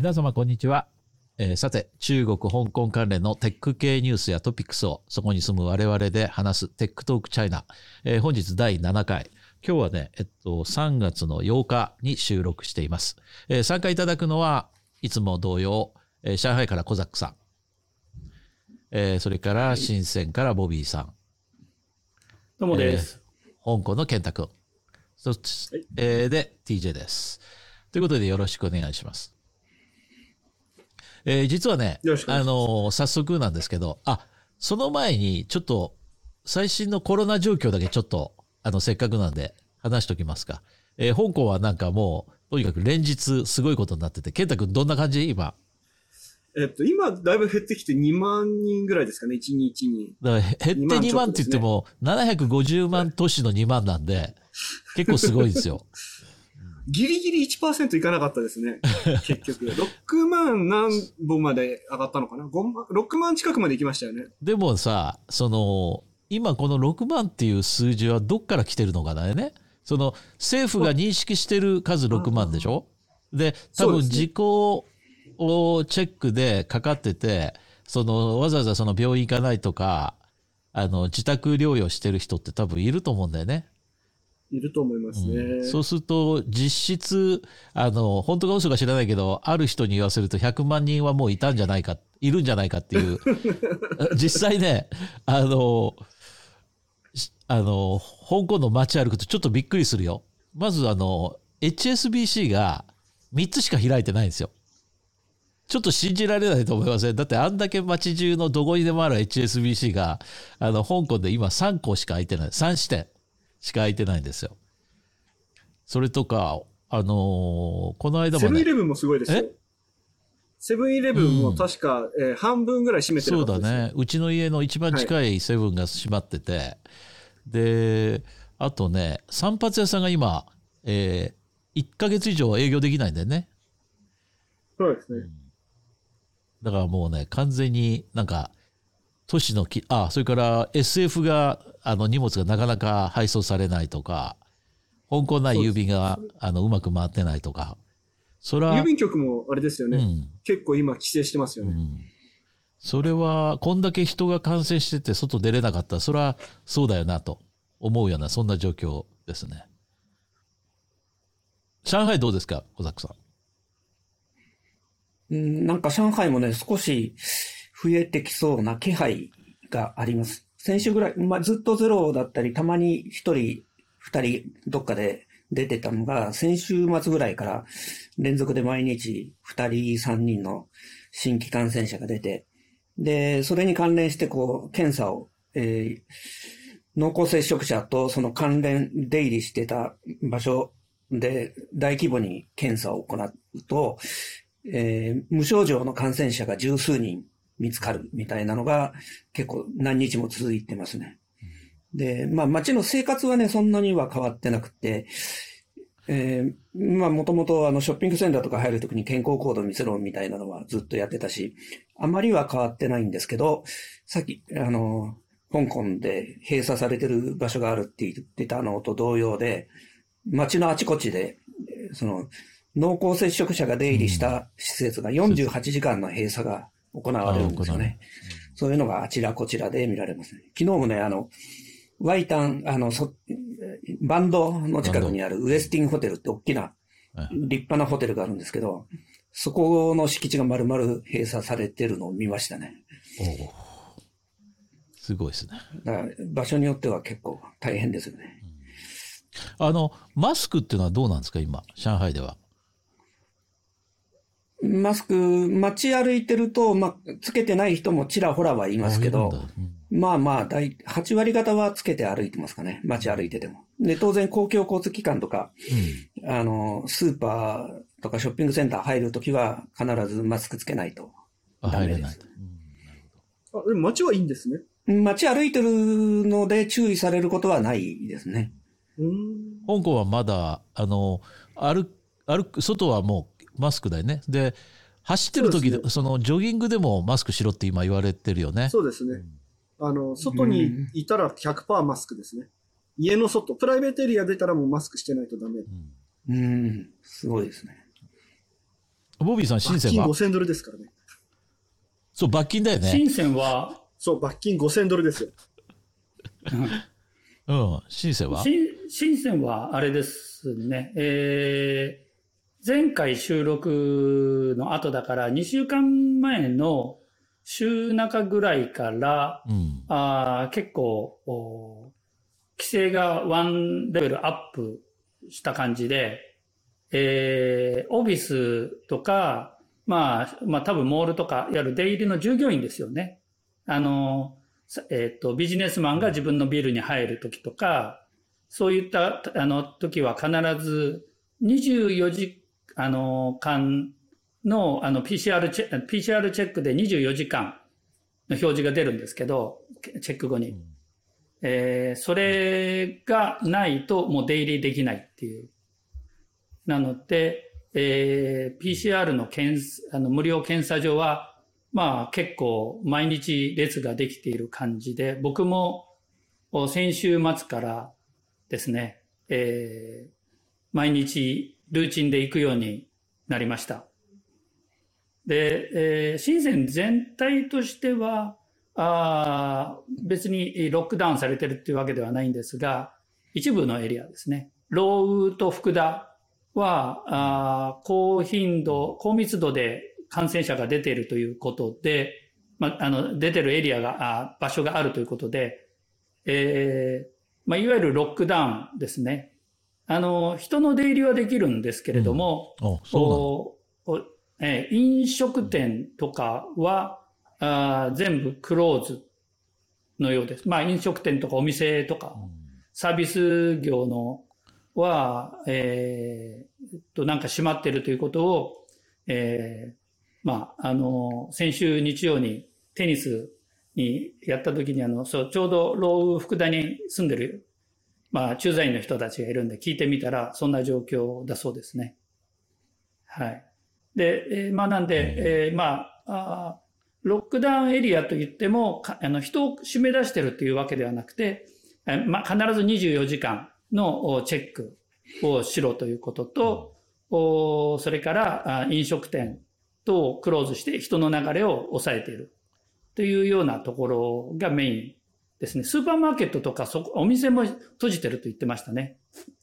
皆様こんにちは。さて、中国、香港関連のテック系ニュースやトピックスをそこに住む我々で話すテックトークチャイナ。本日第7回。今日はね、3月の8日に収録しています。参加いただくのはいつも同様、上海からコザックさん。それから深センからボビーさん。 どうもです。 香港の健太くん。そして、で、TJ です。ということでよろしくお願いします。実はね、早速なんですけど、その前にちょっと最新のコロナ状況だけちょっと、せっかくなんで話しておきますか。香港はなんかもう、とにかく連日すごいことになってて、健太くんどんな感じ今。 今だいぶ減ってきて2万人ぐらいですかね、1日に。 だから減って2万って言っても、750万都市の2万なんで、結構すごいですよ。 ギリギリ 1% いかなかったですね。結局。6万何本まで上がったのかな ?6 万近くまで行きましたよね。 でもさ、今この6万っていう数字はどっから来てるのかだよね。政府が認識してる数6万でしょ。で、多分自己をチェックでかかってて、わざわざ病院行かないとか、自宅療養してる人って多分いると思うんだよね。 いると思いますね。 そうすると、実質、本当か嘘か知らないけど、ある人に言わせると100万人はもういるんじゃないかっていう。実際ね、香港の街歩くとちょっとびっくりするよ。まずHSBC が3つしか開いてないんですよ。ちょっと信じられないと思いません。だってあんだけ街中のどこにでもある HSBC が、香港で今3個しか開いてない。3支店しか開いてないんですよ。それとか、この間もね。 セブンイレブンもすごいですよ。セブンイレブンも確か、半分ぐらい閉めてるはずです。 そうだね。うちの家の一番近いセブンが閉まってて、はい、で、あとね、散髪屋さんが今、1ヶ月以上営業できないんだよね。 そうですね。 だからもうね、完全になんか、都市のそれから SF が、荷物がなかなか配送されないとか、香港内郵便がうまく回ってないとか。 郵便局もあれですよね。結構今規制してますよね。 それは、こんだけ人が感染してて外出れなかったら、それはそうだよなと思うような、そんな状況ですね。上海どうですか、小沢さん。なんか上海もね、少し増えてきそうな気配があります。先週ぐらい、ずっとゼロだったり、たまに1人、2人どっかで出てたのが、先週末ぐらいから連続で毎日2人、3人の新規感染者が出て、で、それに関連して検査を、濃厚接触者とその関連出入りしてた場所で大規模に検査を行うと、無症状の感染者が十数人見つかるみたいなのが結構何日も続いてますね。で、街の生活はね、そんなには変わってなくて、もともとショッピングセンターとか入るときに健康コード見せろみたいなのはずっとやってたし、あまりは変わってないんですけど、さっき、香港で閉鎖されてる場所があるって言ってたのと同様で、街のあちこちで、濃厚接触者が出入りした施設が48時間の閉鎖が行われるんですよね。そういうのがあちらこちらで見られますね。昨日もね、ワイタン、バンドの近くにあるウエスティンホテルって大きな、立派なホテルがあるんですけど、そこの敷地が丸々閉鎖されてるのを見ましたね。 すごいですね。 だから場所によっては結構大変ですよね。 マスクっていうのはどうなんですか、今、上海では。 マスク、街歩いてると、つけてない人もちらほらはいますけど、8割方はつけて歩いてますかね。街歩いてても。で、当然公共交通機関とか、スーパーとかショッピングセンター入るときは必ずマスクつけないとダメです。入れないと。 でも街はいいんですね。 街歩いてるので注意されることはないですね。 香港はまだ、外はもうマスクだよね。で、走ってる時で、ジョギングでもマスクしろって今言われてるよね。 そうですね。外にいたら 100% マスクですね。家の外、プライベートエリア出たらもうマスクしてないとダメ。 すごいですね。 ボビーさん、深センは罰金$5000ですからね。 そう、罰金だよね。 深センは、 そう、罰金$5000ですよ。 うん、深センは深センはあれですね。前回収録の後だから2週間前の週中ぐらいから、結構規制がワンレベルアップした感じで、オフィスとか、まあ多分モールとか、いわゆる出入りの従業員ですよね。ビジネスマンが自分のビルに入るときとか、そういった時は必ず24時間のPCR チェックで24時間の表示が出るんですけど、チェック後に。それがないともう出入りできないっていう。なので、PCR の無料検査場は、まあ結構毎日列ができている感じで、僕も先週末からですね、毎日ルーチンで行くようになりました。で、深セン全体としては、別にロックダウンされてるっていうわけではないんですが、一部のエリアですね。ロウと福田は、高密度で感染者が出ているということで、出てるエリアが、場所があるということで、いわゆるロックダウンですね。人の出入りはできるんですけれども、飲食店とかは、全部クローズのようです。まあ飲食店とかお店とか、サービス業のは、なんか閉まってるということを、先週日曜にテニスにやった時にちょうどロウ福田に住んでる、駐在員の人たちがいるんで聞いてみたら、そんな状況だそうですね。はい。で、なんで、ロックダウンエリアといっても、人を締め出してるっていうわけではなくて、必ず24時間のチェックをしろということと、それから飲食店とクローズして人の流れを抑えているというようなところがメインですね。スーパーマーケットとかお店も閉じてると言ってましたね。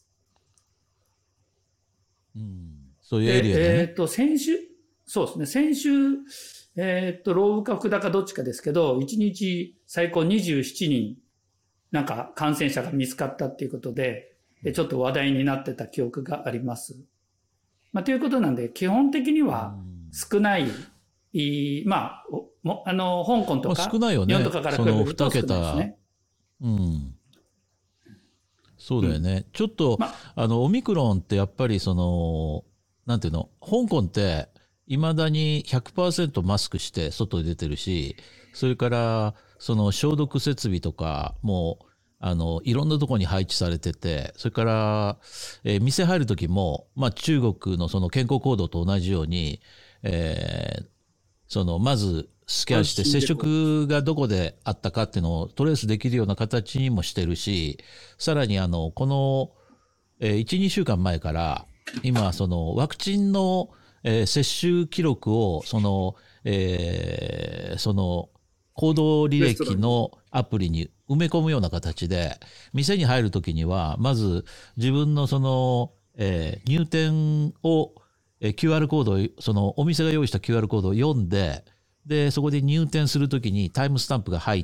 そういうエリアで、ね。 先週、ロウか福田かどっちかですけど、1日最高27人、なんか感染者が見つかったっていうことで、ちょっと話題になってた記憶があります。ということなんで、基本的には少ない、香港とか、 少ないよね、 日本とかから比べると少ないですね。 そうだよね。ちょっと、オミクロンってやっぱりなんていうの、香港って、未だに 100% マスクして外に出てるし、それから、消毒設備とかも、いろんなところに配置されてて、それから、店入るときも、中国の健康行動と同じように、まずスキャンして接触がどこであったかっていうのをトレースできるような形にもしてるし、さらにこの、1、2週間前から、今、ワクチンの、接種記録を、行動履歴のアプリに埋め込むような形で、店に入るときには、まず自分の入店を、QR コードを、お店が用意した QR コードを読んで、で、そこで入店するときにタイムスタンプが入って、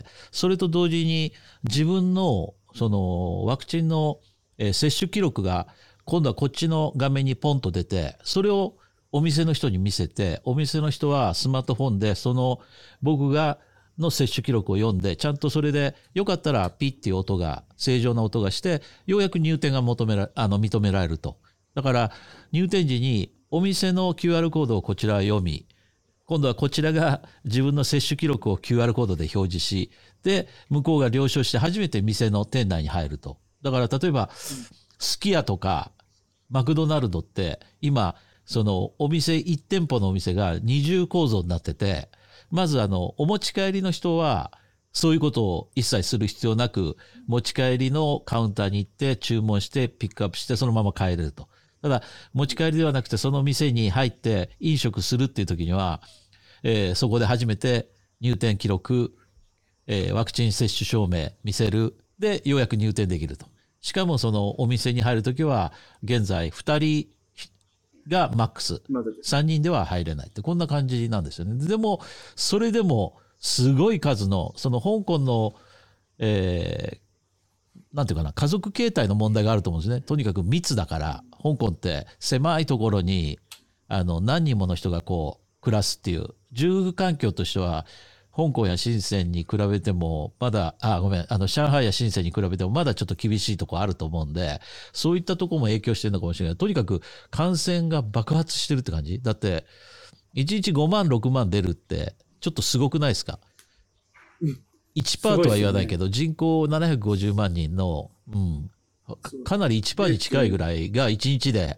それと同時に自分の、ワクチンの、接種記録が、今度はこっちの画面にポンと出て、それをお店の人に見せて、お店の人はスマートフォンで僕の接種記録を読んで、ちゃんとそれでよかったらピッっていう音が、正常な音がして、ようやく入店が認められると。だから入店時にお店の QR コードをこちらは読み、今度はこちらが自分の接種記録を QR コードで表示し、で、向こうが了承して初めて店の店内に入ると。だから例えば、すき家とかマクドナルドって今、お店、1店舗のお店が二重構造になってて、まずお持ち帰りの人は、そういうことを一切する必要なく、持ち帰りのカウンターに行って注文してピックアップしてそのまま帰れると。 ただ、持ち帰りではなくて、その店に入って飲食するっていう時には、そこで初めて入店記録、ワクチン接種証明見せる。で、ようやく入店できると。しかもそのお店に入るときは、現在2人がマックス。3人では入れないって、こんな感じなんですよね。でも、それでも、すごい数の、その香港の、なんていうかな、家族形態の問題があると思うんですね。とにかく密だから、香港って狭いところに、何人もの人がこう、暮らすっていう、住環境としては、香港や深センに比べても、まだ、上海や深センに比べても、まだちょっと厳しいところあると思うんで、そういったところも影響してるのかもしれない。とにかく感染が爆発してるって感じだって、1日5万、6万出るって、ちょっとすごくないですか？ 1% とは言わないけど、人口750万人の、かなり 1% に近いぐらいが1日で、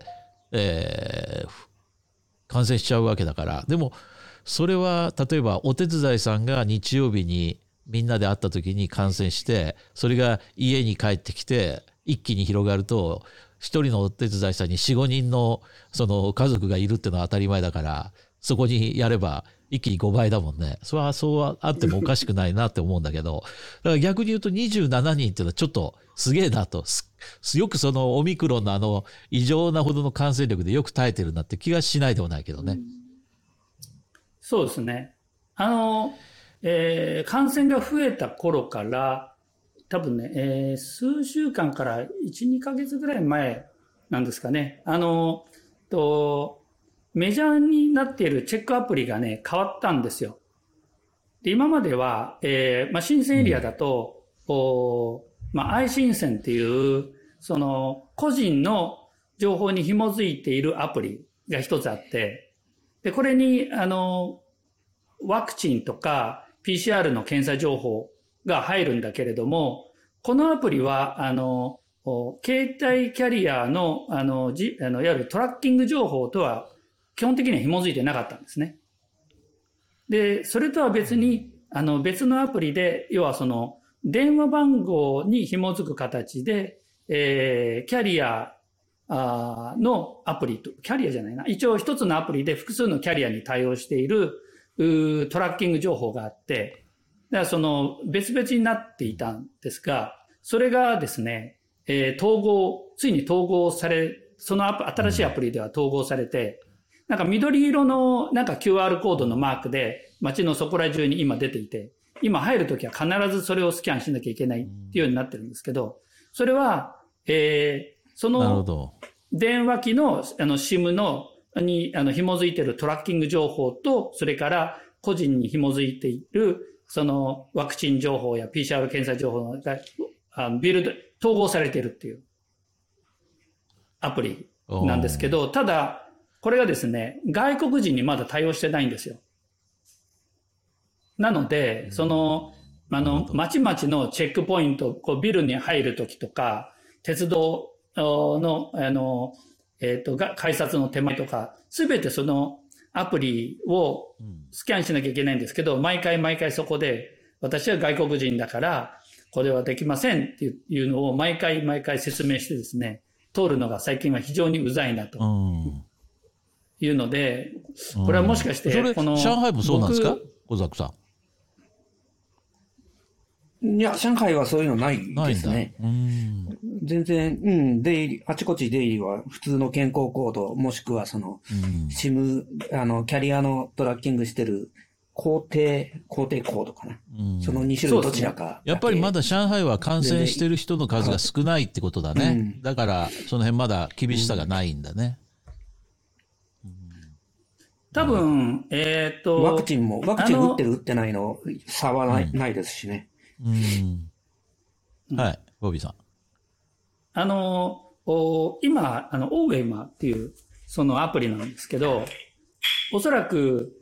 感染しちゃうわけだから。でも、それは例えばお手伝いさんが日曜日にみんなで会った時に感染して、それが家に帰ってきて一気に広がると、一人のお手伝いさんに4、5人のその家族がいるっていうのは当たり前だから、そこにやれば一気に5倍だもんね。それはそうあってもおかしくないなって思うんだけど、だから逆に言うと27人っていうのはちょっとすげえなと、よくそのオミクロンの異常なほどの感染力でよく耐えてるなって気がしないでもないけどね。 そうですね。感染が増えた頃から、多分ね、数週間から1、2ヶ月ぐらい前なんですかね。メジャーになっているチェックアプリがね、変わったんですよ。で、今までは、深センエリアだと、愛深センっていう、その、個人の情報に紐づいているアプリが一つあって、で、これに、ワクチンとか PCR の検査情報が入るんだけれども、このアプリは、携帯キャリアの、いわゆるトラッキング情報とは基本的には紐づいてなかったんですね。で、それとは別に、別のアプリで、要はその、電話番号に紐づく形で、キャリアのアプリと、キャリアじゃないな。一応一つのアプリで複数のキャリアに対応しているトラッキング情報があって、だからその別々になっていたんですが、それがですね、ついに統合され、その新しいアプリでは統合されて、なんか緑色のなんか QR コードのマークで街のそこら中に今出ていて、今入るときは必ずそれをスキャンしなきゃいけないっていうようになってるんですけど、それは、その電話機のSIM に紐づいているトラッキング情報と、それから個人に紐づいているそのワクチン情報や PCR 検査情報が統合されているっていうアプリなんですけど、ただこれがですね、外国人にまだ対応してないんですよ。なので、その町々のチェックポイント、こうビルに入るときとか、鉄道の、改札の手前とか、すべてそのアプリをスキャンしなきゃいけないんですけど、毎回そこで、私は外国人だから、これはできませんっていうのを毎回説明してですね、通るのが最近は非常にうざいなというので、これはもしかして、 この上海もそうなんですか、小沢さん。 いや、上海はそういうのないですね。全然、あちこち出入りは普通の健康コード、もしくはその、SIM、キャリアのトラッキングしてる工程コードかな。その2種類どちらか。 やっぱりまだ上海は感染してる人の数が少ないってことだね。だから、その辺まだ厳しさがないんだね。 多分、 ワクチン打ってる打ってないの差はないですしね。 はい、ボビーさん。 今、オーゲイマーっていう、そのアプリなんですけど、おそらく、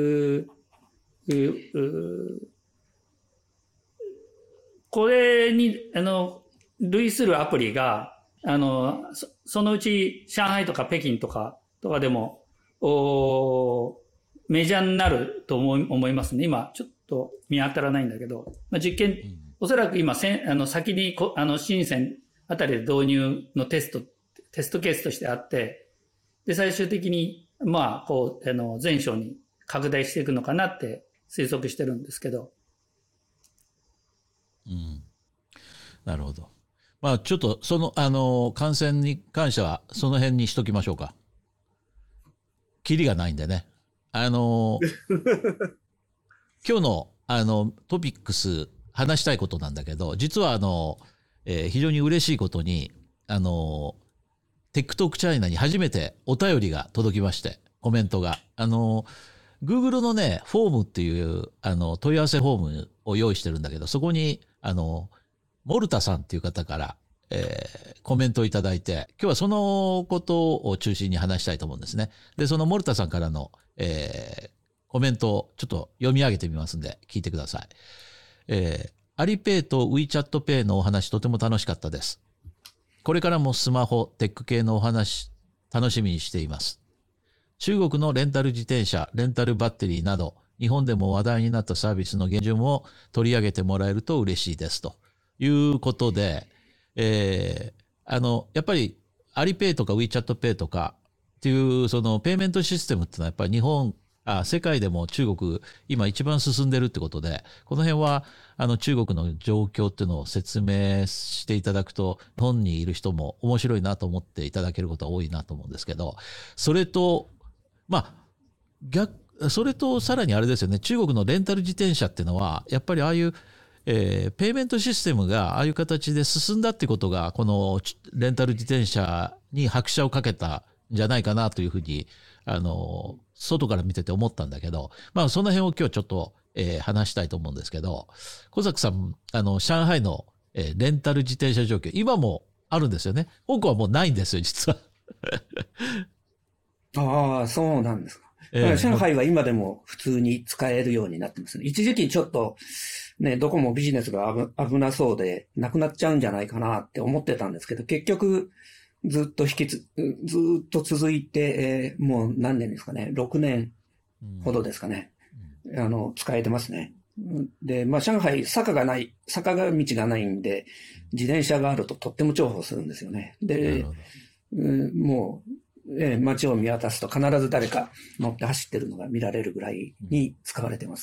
これに、類するアプリが、そのうち上海とか北京とかでも、メジャーになると思いますね。今、ちょっと見当たらないんだけど、実験、 テストケースとしてあって、で、最終的に、まあ、こう、全省に拡大していくのかなって推測してるんですけど。 うん。なるほど。まあ、ちょっと、感染に関しては、その辺にしときましょうか。キリがないんでね。今日の、トピックス、話したいことなんだけど、実は非常に嬉しいことに、テックトークチャイナに初めてお便りが届きまして、コメントが。Google のね、フォームっていう、問い合わせフォームを用意してるんだけど、そこに、モルタさんっていう方から、コメントをいただいて、今日はそのことを中心に話したいと思うんですね。で、そのモルタさんからの、コメントをちょっと読み上げてみますんで、聞いてください。アリペイと WeChat Pay のお話とても楽しかったです。これからもスマホ、テック系のお話、楽しみにしています。中国のレンタル自転車、レンタルバッテリーなど、日本でも話題になったサービスの現状も取り上げてもらえると嬉しいです。ということで、やっぱりアリペイとか WeChat Pay とかっていうそのペイメントシステムってのはやっぱり世界でも中国今一番進んでるってことで、この辺は中国の状況っていうのを説明していただくと、日本にいる人も面白いなと思っていただけることは多いなと思うんですけど、それとさらにあれですよね、中国のレンタル自転車っていうのは、やっぱりああいう、ペイメントシステムがああいう形で進んだってことが、このレンタル自転車に拍車をかけたんじゃないかなというふうに、外から見てて思ったんだけど、その辺を今日ちょっと、話したいと思うんですけど、小崎さん、上海の、レンタル自転車状況、今もあるんですよね。香港はもうないんですよ、実は。 ああ、そうなんですか。上海は今でも普通に使えるようになってますね。一時期ちょっと、ね、どこもビジネスが危なそうで、なくなっちゃうんじゃないかなって思ってたんですけど、結局、ずっと続いて、もう何年ですかね、6年ほどですかね、使えてますね。で、上海、坂道がないんで、自転車があるととっても重宝するんですよね。で、もう、街を見渡すと必ず誰か乗って走ってるのが見られるぐらいに使われてます。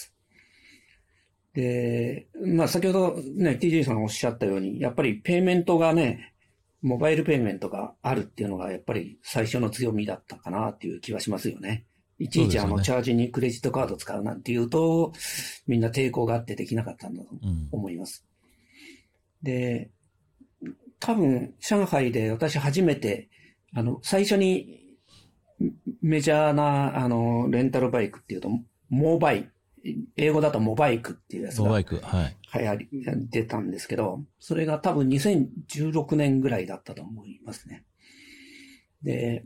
で、先ほどね、TJ さんおっしゃったように、やっぱりペイメントがね、モバイルペイメントがあるっていうのがやっぱり最初の強みだったかなっていう気はしますよね。いちいちチャージにクレジットカード使うなんていうと、みんな抵抗があってできなかったんだと思います。で、多分、上海で私初めて、最初にメジャーな、レンタルバイクっていうと、英語だとモバイクっていうやつが出たんですけど、それが多分2016年ぐらいだったと思いますね。で、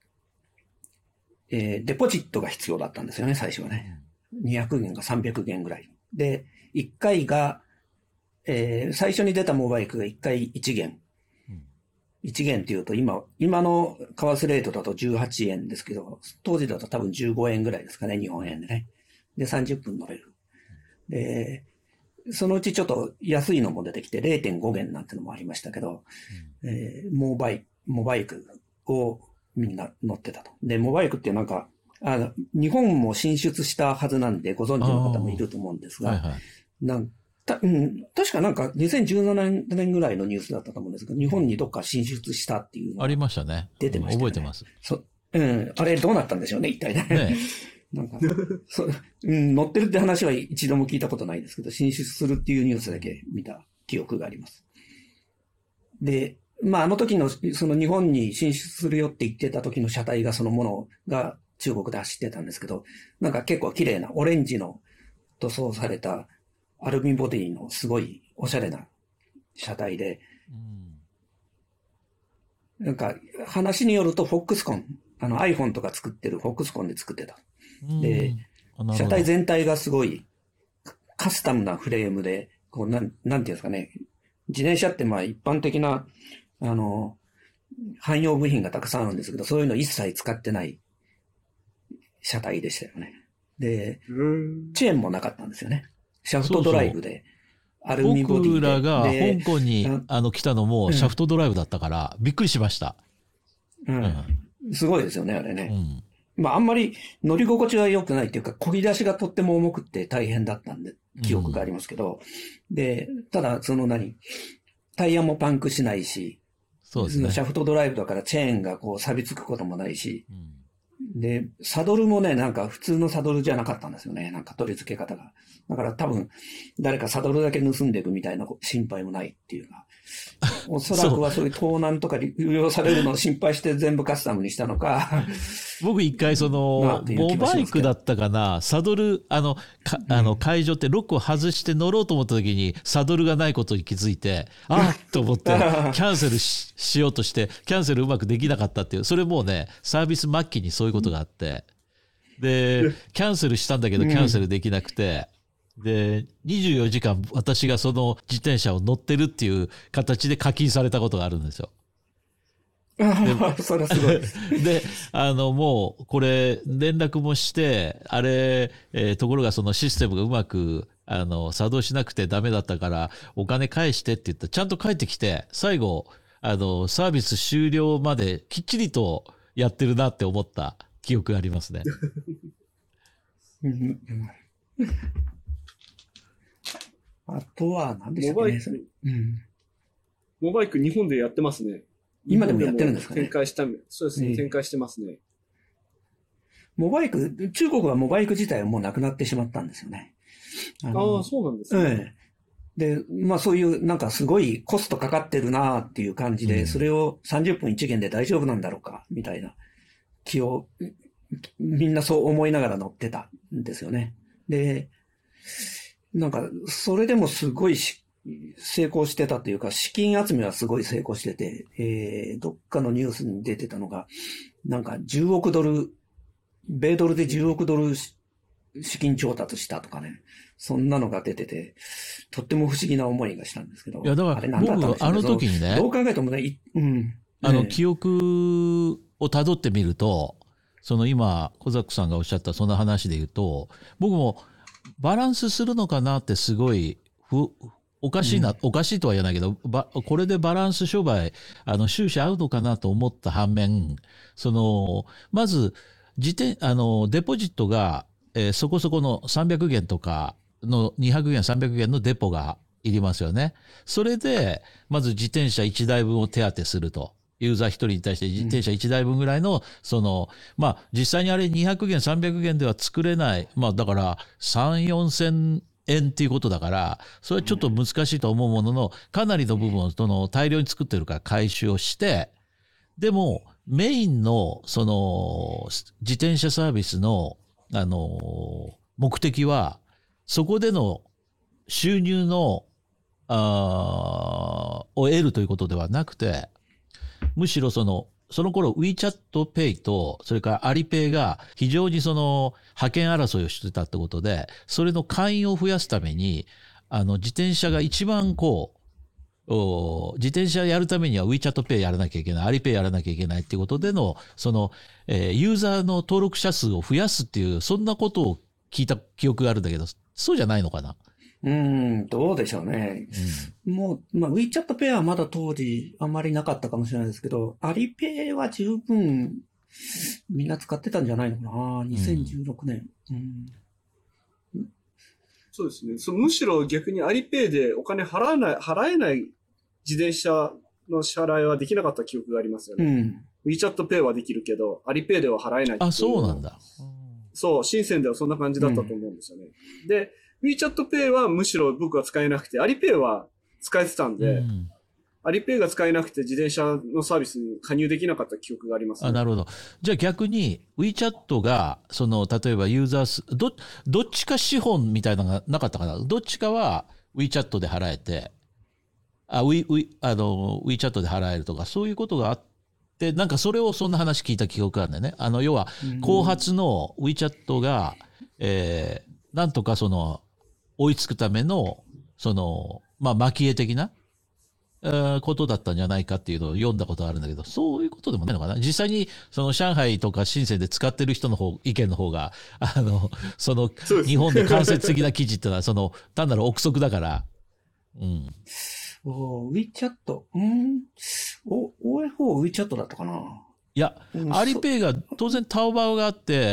デポジットが必要だったんですよね、最初はね。200元か300元ぐらい。で、1回が、最初に出たモバイクが1回1元。1元っていうと今の為替レートだと18円ですけど、当時だと多分15円ぐらいですかね、日本円でね。で、30分乗れる。で、そのうちちょっと安いのも出てきて 0.5 元なんてのもありましたけど、モバイクをみんな乗ってたと。で、モバイクってなんか、日本も進出したはずなんでご存知の方もいると思うんですが、確かなんか2017年ぐらいのニュースだったと思うんですけど、日本にどっか進出したっていうのがありましたね。 出てましたね。 覚えてます。 あれどうなったんでしょうね、一体ね。なんか乗ってるって話は一度も聞いたことないですけど、進出するっていうニュースだけ見た記憶があります。で、あの時の、その日本に進出するよって言ってた時の車体がそのものが中国で走ってたんですけど、なんか結構綺麗なオレンジの塗装されたアルミボディのすごいおしゃれな車体で、なんか話によるとフォックスコン、iPhone とか作ってるフォックスコンで作ってた。で、車体全体がすごいカスタムなフレームで、こうなんていうんですかね、自転車って一般的な、汎用部品がたくさんあるんですけど、そういうの一切使ってない車体でしたよね。で、チェーンもなかったんですよね。シャフトドライブで、アルミボディで。 僕らが香港に来たのもシャフトドライブだったから、びっくりしました。 すごいですよね、あれうね。 ん。 まあ、あんまり乗り心地は良くないっていうか、漕ぎ出しがとっても重くて大変だったんで、記憶がありますけど。で、ただ、タイヤもパンクしないし、 そうですね。 シャフトドライブだからチェーンがこう錆びつくこともないし、 うん。 で、サドルもね、なんか普通のサドルじゃなかったんですよね。なんか取り付け方が。だから多分、誰かサドルだけ盗んでいくみたいな心配もないっていうか。おそらくはそういう盗難とか流用されるのを心配して全部カスタムにしたのか。 僕一回モバイクだったかな、サドル、会場ってロックを外して乗ろうと思った時にサドルがないことに気づいて、あっと思ってキャンセル しようとして、キャンセルうまくできなかったっていう、それもうね、サービス末期にそういうことがあって、で、キャンセルしたんだけどキャンセルできなくて、で、24時間私がその自転車を乗ってるっていう形で課金されたことがあるんですよ。 それはすごいです。 で、もう、これ、連絡もして、あれ、ところがそのシステムがうまく、作動しなくてダメだったから、お金返してって言ったら、ちゃんと返ってきて、最後、サービス終了まできっちりとやってるなって思った記憶がありますね。 あとは、何でしたっけね。 モバイク日本でやってますね。 今でもやってるんですかね。 そうですね、展開してますね。 中国はモバイク自体はもうなくなってしまったんですよね。 ああ、そうなんですね。 で、まあそういうなんかすごいコストかかってるなっていう感じで、それを30分一元で大丈夫なんだろうか、みたいな気を、みんなそう思いながら乗ってたんですよね。で、なんか、それでもすごい成功してたというか、資金集めはすごい成功してて、どっかのニュースに出てたのが、なんか10億ドル、米ドルで10億ドル資金調達したとかね、そんなのが出てて、とっても不思議な思いがしたんですけど。 いや、だから僕、あの時にね、 どう考えてもね、 記憶をたどってみると、今、コザックさんがおっしゃったその話で言うと、僕もバランスするのかなってすごい、おかしいとは言わないけど、これでバランス商売、収支合うのかなと思った反面、まず、デポジットが、そこそこの300元とかの200元、300元のデポがいりますよね。それで、まず自転車1台分を手当てすると。ユーザー1人に対して自転車1台分ぐらいの、実際にあれ200元、300元では作れない。だから3、4千円っていうことだから、それはちょっと難しいと思うものの、かなりの部分を大量に作ってるから回収をして、でもメインの自転車サービスの目的は、そこでの収入を得るということではなくて、むしろその頃 WeChat Pay と、それからアリペイが非常に覇権争いをしてたってことで、それの会員を増やすために、自転車が一番自転車やるためには WeChat Pay やらなきゃいけない、アリペイやらなきゃいけないっていうことでの、ユーザーの登録者数を増やすっていう、そんなことを聞いた記憶があるんだけど、そうじゃないのかな。 どうでしょうね。もう、WeChat Pay はまだ当時あんまりなかったかもしれないですけど、アリペイは十分みんな使ってたんじゃないのかな、2016年。 そうですね。むしろ逆にアリペイでお金払えない自転車の支払いはできなかった記憶がありますよね。WeChat Pay はできるけど、アリペイでは払えない。 あ、そうなんだ。 そう、深センではそんな感じだったと思うんですよね。で、WeChat Pay はむしろ僕は使えなくて、アリペイは使えてたんで、アリペイが使えなくて自転車のサービスに加入できなかった記憶がありますね。 なるほど。じゃあ逆に WeChat が、例えばユーザー数、どっちか資本みたいなのがなかったかな。どっちかは WeChat で払えて、WeChat で払えるとか、そういうことがあって、なんかそんな話聞いた記憶があるんだよね。要は、後発の WeChat が、なんとか追いつくための、蒔絵的な、ことだったんじゃないかっていうのを読んだことがあるんだけど、そういうことでもないのかな。実際に、上海とか深センで使ってる人の意見の方が、日本で間接的な記事ってのは、単なる憶測だから、 WeChat、OFO WeChat だったかな。 いや、アリペイが、当然タオバオがあって、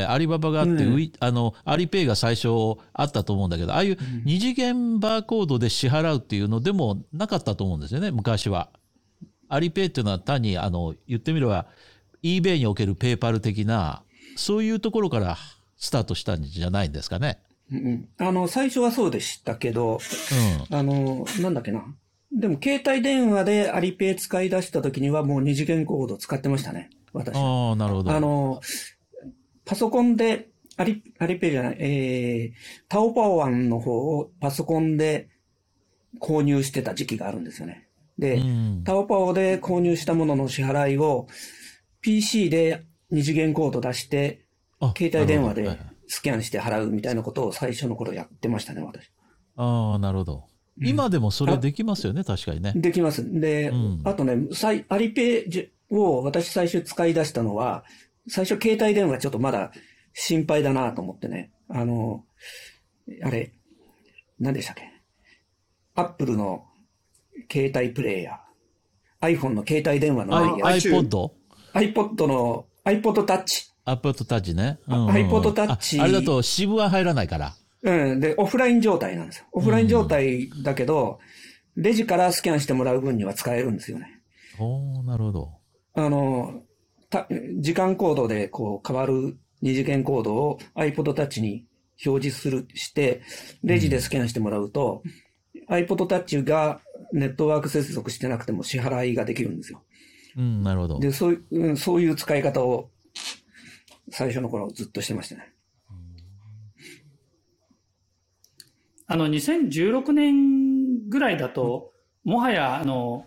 アリババがあって、アリペイが最初あったと思うんだけど、ああいう二次元バーコードで支払うっていうのでもなかったと思うんですよね、昔は。アリペイっていうのは単に、言ってみれば、eBay におけるペーパル的な、そういうところからスタートしたんじゃないんですかね。 最初はそうでしたけど、なんだっけな。でも、携帯電話でアリペイ使い出した時にはもう二次元コード使ってましたね。私。 ああ、なるほど。 パソコンで、アリペイじゃない、タオパオワンの方をパソコンで購入してた時期があるんですよね。で、タオパオで購入したものの支払いを PC で二次元コード出して、携帯電話でスキャンして払うみたいなことを最初の頃やってましたね、私。 ああ、なるほど。今でもそれできますよね、確かにね。 できます。で、あとね、アリペイを私最初使い出したのは、最初携帯電話ちょっとまだ心配だなと思ってね。あれ、何でしたっけ？アップルの携帯プレイヤー。iPhone の携帯電話のないやつ。iPod の、iPod Touch。 iPod Touch ね。 iPod Touch。 あれだと渋は入らないから。 で、オフライン状態なんですよ。オフライン状態だけど、レジからスキャンしてもらう分には使えるんですよね。 なるほど。 時間コードでこう変わる二次元コードを iPod Touch に表示して、レジでスキャンしてもらうと、iPod Touch がネットワーク接続してなくても支払いができるんですよ。 なるほど。 で、そういう使い方を最初の頃ずっとしてましたね。 2016年ぐらいだと、もはや、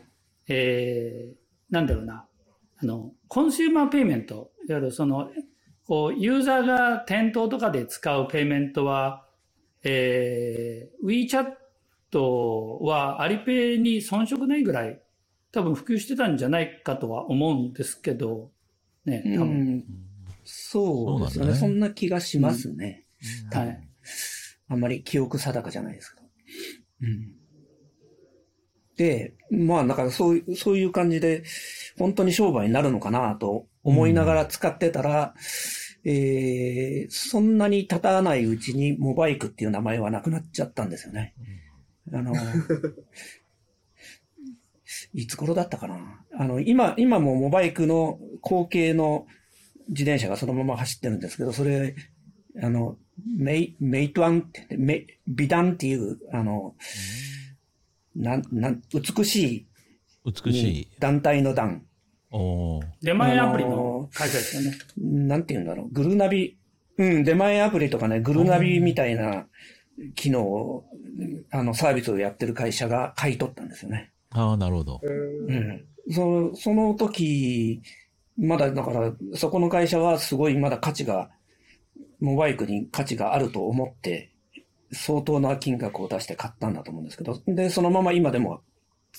なんだろうな、コンシューマーペイメント、いわゆるこう、ユーザーが店頭とかで使うペイメントは、WeChat はアリペイに遜色ないぐらい、多分普及してたんじゃないかとは思うんですけど、ね、多分。 そうですよね。そんな気がしますね。はい。あんまり記憶定かじゃないですけど。で、まあだからそういう感じで、本当に商売になるのかなと思いながら使ってたら、そんなに経たないうちにモバイクっていう名前はなくなっちゃったんですよね。いつ頃だったかな。今もモバイクの後継の自転車がそのまま走ってるんですけど、それ、メイトワンって、美団っていう、美しい団体の団。 出前アプリの会社ですよね。 なんて言うんだろう。グルナビ。出前アプリとかね、グルナビみたいな機能を、サービスをやってる会社が買い取ったんですよね。 なるほど。 その時、まだだから、そこの会社はすごいまだモバイクに価値があると思って、相当な金額を出して買ったんだと思うんですけど、で、そのまま今でも、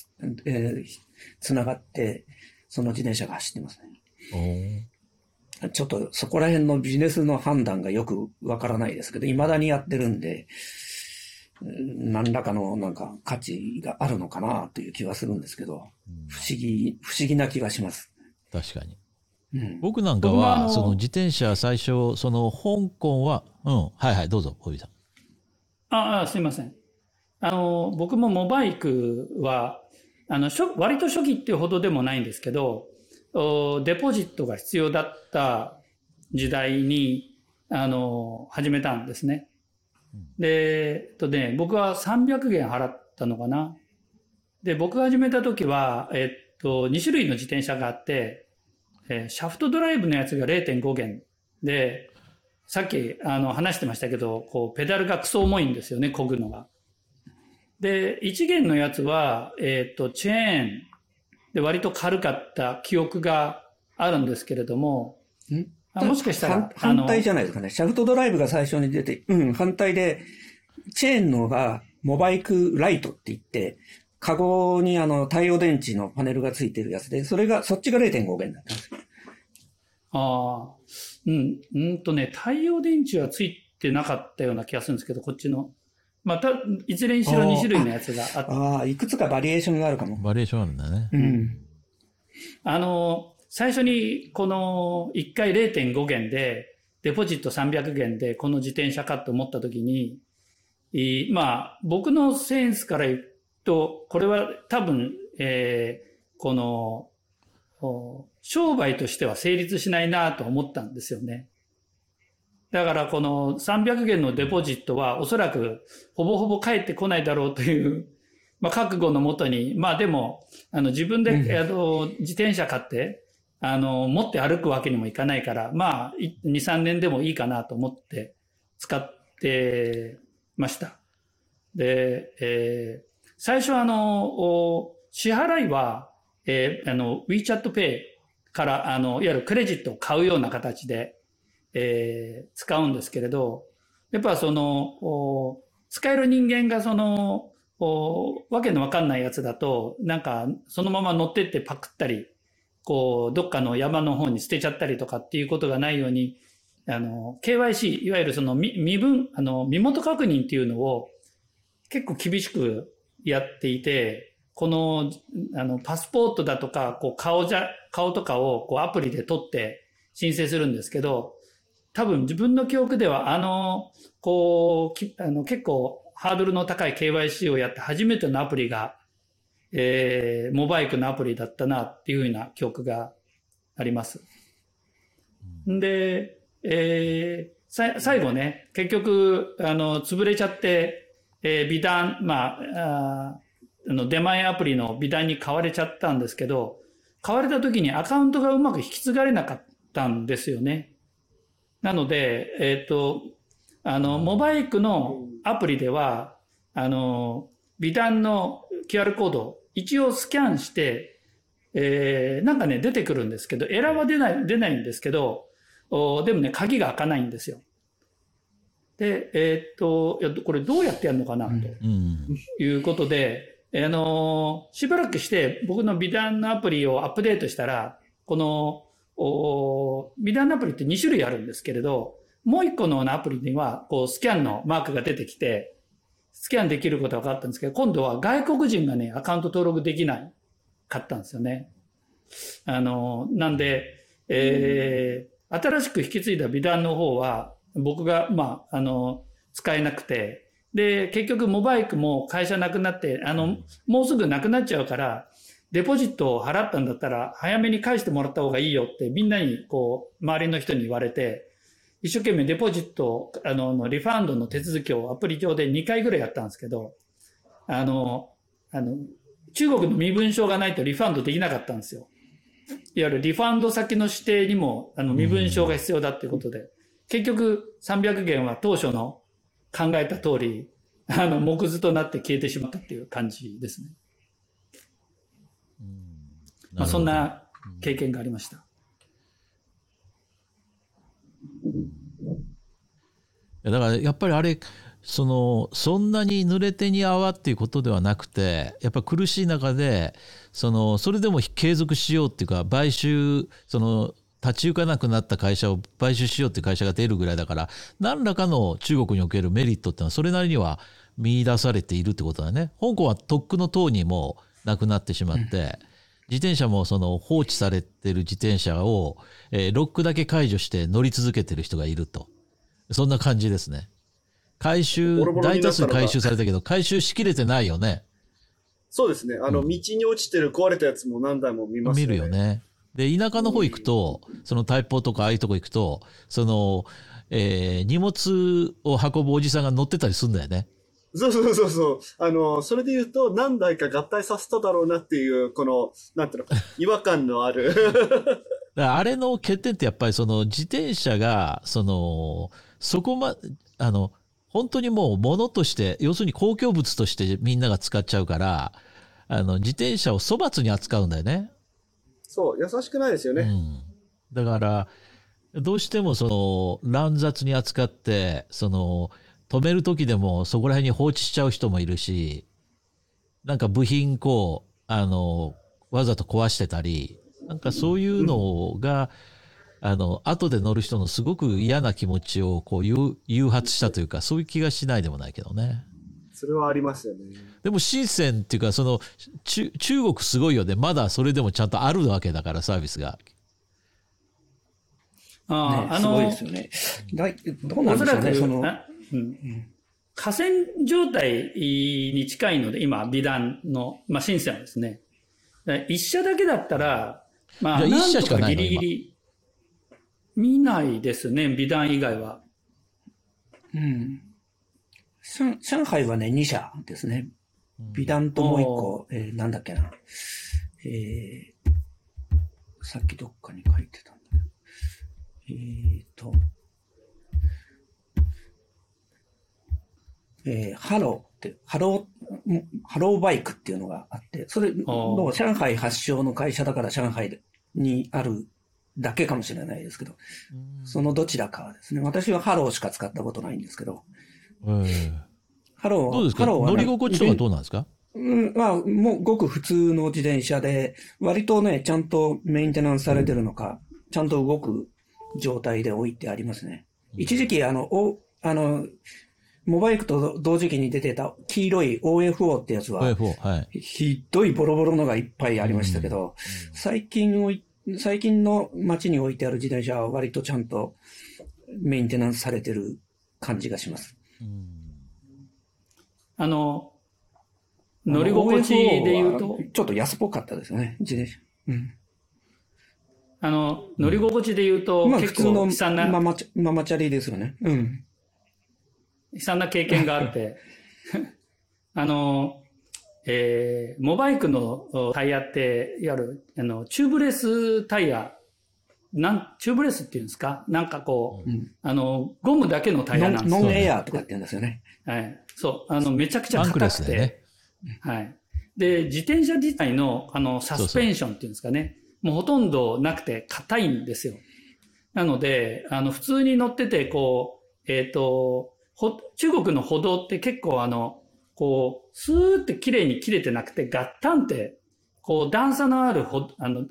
繋がって、その自転車が走ってますね。ちょっとそこら辺のビジネスの判断がよくわからないですけど、未だにやってるんで、何らかのなんか価値があるのかなという気はするんですけど、不思議な気がします。 確かに。僕なんかは、その自転車最初、香港は、はいはい、どうぞ、小木さん。 すいません。僕もモバイクは、割と初期っていうほどでもないんですけど、デポジットが必要だった時代に、始めたんですね。で、僕は300元払ったのかな。で、僕が始めた時は、2種類の自転車があって、シャフトドライブのやつが 0.5 元で、さっき話してましたけど、こうペダルがクソ重いんですよね、漕ぐのが。で、1元のやつは、チェーンで割と軽かった記憶があるんですけれども、もしかしたら反対じゃないですかね。シャフトドライブが最初に出て、反対で、チェーンのがモバイクライトって言って、カゴに太陽電池のパネルがついてるやつで、そっちが 0.5 元だったんです。 太陽電池はついてなかったような気がするんですけど、こっちの。いずれにしろ2種類のやつがあって。 いくつかバリエーションがあるかも。 バリエーションあるんだね。 最初にこの1回 0.5 元で、デポジット300元でこの自転車かと思ったときに、まあ、僕のセンスから言うと、これは多分、この、商売としては成立しないなと思ったんですよね。だからこの300元のデポジットはおそらくほぼほぼ返ってこないだろうという、まあ、覚悟のもとに、まあでも、自分で、自転車買って、持って歩くわけにもいかないから、まあ、2、3年でもいいかなと思って使ってました。で、最初支払いは、WeChat Pay から、いわゆるクレジットを買うような形で、使うんですけれど、やっぱ使える人間がわけのわかんないやつだと、なんか、そのまま乗ってってパクったり、どっかの山の方に捨てちゃったりとかっていうことがないように、KYC、いわゆる身元確認っていうのを結構厳しくやっていて、パスポートだとか、顔とかをアプリで取って申請するんですけど、多分自分の記憶では結構ハードルの高い KYC をやって初めてのアプリが、モバイクのアプリだったなっていうふうな記憶があります。で、最後ね、結局、潰れちゃって、ビダン、まあ、出前アプリのビダンに買われちゃったんですけど、買われた時にアカウントがうまく引き継がれなかったんですよね。なので、モバイクのアプリでは、ビダンの QR コードを一応スキャンして、なんかね、出てくるんですけど、エラーは出ないんですけど、でもね、鍵が開かないんですよ。で、これどうやってやるのかな、ということで、しばらくして僕のビダンのアプリをアップデートしたら、ビダンのアプリって2種類あるんですけれど、もう1個のアプリには、スキャンのマークが出てきて、スキャンできることが分かったんですけど、今度は外国人がね、アカウント登録できないかったんですよね。なんで、新しく引き継いだビダンの方は、僕が、まあ、使えなくて、で、結局モバイクも会社なくなって、もうすぐなくなっちゃうから、デポジットを払ったんだったら、早めに返してもらった方がいいよって、みんなに、周りの人に言われて、一生懸命デポジット、リファンドの手続きをアプリ上で2回ぐらいやったんですけど、中国の身分証がないとリファンドできなかったんですよ。いわゆるリファンド先の指定にも、身分証が必要だっていうことで、結局300元は当初の考えた通り、木図となって消えてしまったっていう感じですね。まあ、そんな経験がありました。 だからやっぱりあれそんなに濡れ手に泡っていうことではなくて、やっぱ苦しい中でそれでも継続しようっていうか、買収立ち行かなくなった会社を買収しようっていう会社が出るぐらいだから、何らかの中国におけるメリットっていうのはそれなりには見出されているってことだね。香港はとっくの塔にもなくなってしまって、自転車も放置されてる自転車を、ロックだけ解除して乗り続けてる人がいると。そんな感じですね。大多数回収されたけど、回収しきれてないよね。 そうですね。道に落ちてる壊れたやつも何台も見ますよね。見るよね。 で、田舎の方行くと、台北とかああいうとこ行くと、荷物を運ぶおじさんが乗ってたりするんだよね。 そう。それで言うと、何台か合体させただろうなっていう、なんていうの、違和感のある。 あれの欠点ってやっぱり自転車が、そこ本当にもう物として、要するに公共物としてみんなが使っちゃうから、自転車を粗末に扱うんだよね。 そう、優しくないですよね。 だから、どうしても乱雑に扱って、止める時でもそこら辺に放置しちゃう人もいるし、なんか部品わざと壊してたり、なんかそういうのが、後で乗る人のすごく嫌な気持ちを誘発したというか、そういう気がしないでもないけどね。 それはありますよね。 でも深センっていうか、中国すごいよね。まだそれでもちゃんとあるわけだから、サービスが。 すごいですよね。どうなんでしょうね、 河川状態に近いので、今、微弾の、深センはですね。一社だけだったら、 一社しかないのギリギリ見ないですね、微弾以外は。 上海はね、2社ですね。微弾ともう一個、なんだっけな。さっきどっかに書いてたんだけど。ハローバイクっていうのがあって、それ、上海発祥の会社だから上海にあるだけかもしれないですけど、そのどちらかはですね、私はハローしか使ったことないんですけど、ハローどうですか？乗り心地とかどうなんですか？ もうごく普通の自転車で、割とね、ちゃんとメンテナンスされてるのか、ちゃんと動く状態で置いてありますね。一時期、モバイクと同時期に出てた黄色い OFO ってやつは、ひどいボロボロのがいっぱいありましたけど、最近の街に置いてある自転車は割とちゃんとメンテナンスされてる感じがします。 乗り心地で言うと、 ちょっと安っぽかったですよね、自転車。 乗り心地で言うと、結構悲惨な。 ママチャリですよね。 悲惨な経験があって、モバイクのタイヤって、いわゆる、チューブレスタイヤ、チューブレスっていうんですか？なんかこう、ゴムだけのタイヤなんですよ。 ノンエアとかって言うんですよね。 はい。そう。めちゃくちゃ硬くて。はい。で、自転車自体の、サスペンションっていうんですかね。もうほとんどなくて硬いんですよ。なので、普通に乗ってて、こう、中国の歩道って結構こう、スーって綺麗に切れてなくて、ガッタンって、こう、段差のある歩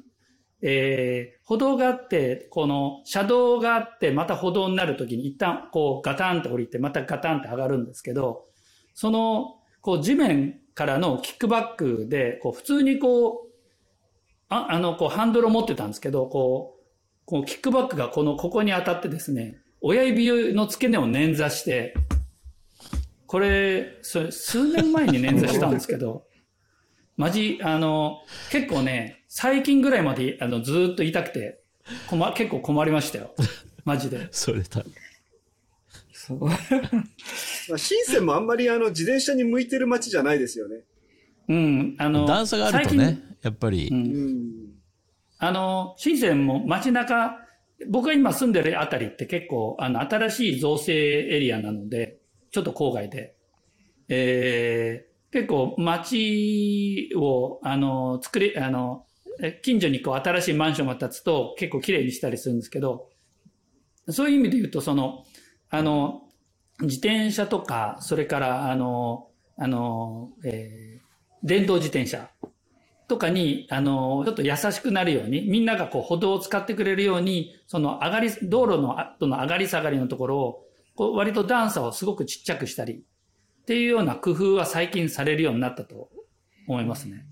道があって、この車道があって、また歩道になるときに一旦こうガタンって降りて、またガタンって上がるんですけど、こう地面からのキックバックで、こう普通にこう、こうハンドルを持ってたんですけど、こうキックバックがここに当たってですね、親指の付け根を捻挫して、これ、数年前に捻挫したんですけど、結構ね、最近ぐらいまで、ずーっと痛くて、結構困りましたよ。マジで。 それだ。 深センもあんまり自転車に向いてる街じゃないですよね。 段差があるとね、やっぱり。 深センも街中、僕が今住んでるあたりって結構、新しい造成エリアなので、ちょっと郊外で。結構街を、近所にこう新しいマンションが建つと結構綺麗にしたりするんですけど、そういう意味で言うと、自転車とか、それから、電動自転車とかに、ちょっと優しくなるように、みんながこう歩道を使ってくれるように、道路の上がり下がりのところを、こう割と段差をすごくちっちゃくしたり、っていうような工夫は最近されるようになったと思いますね。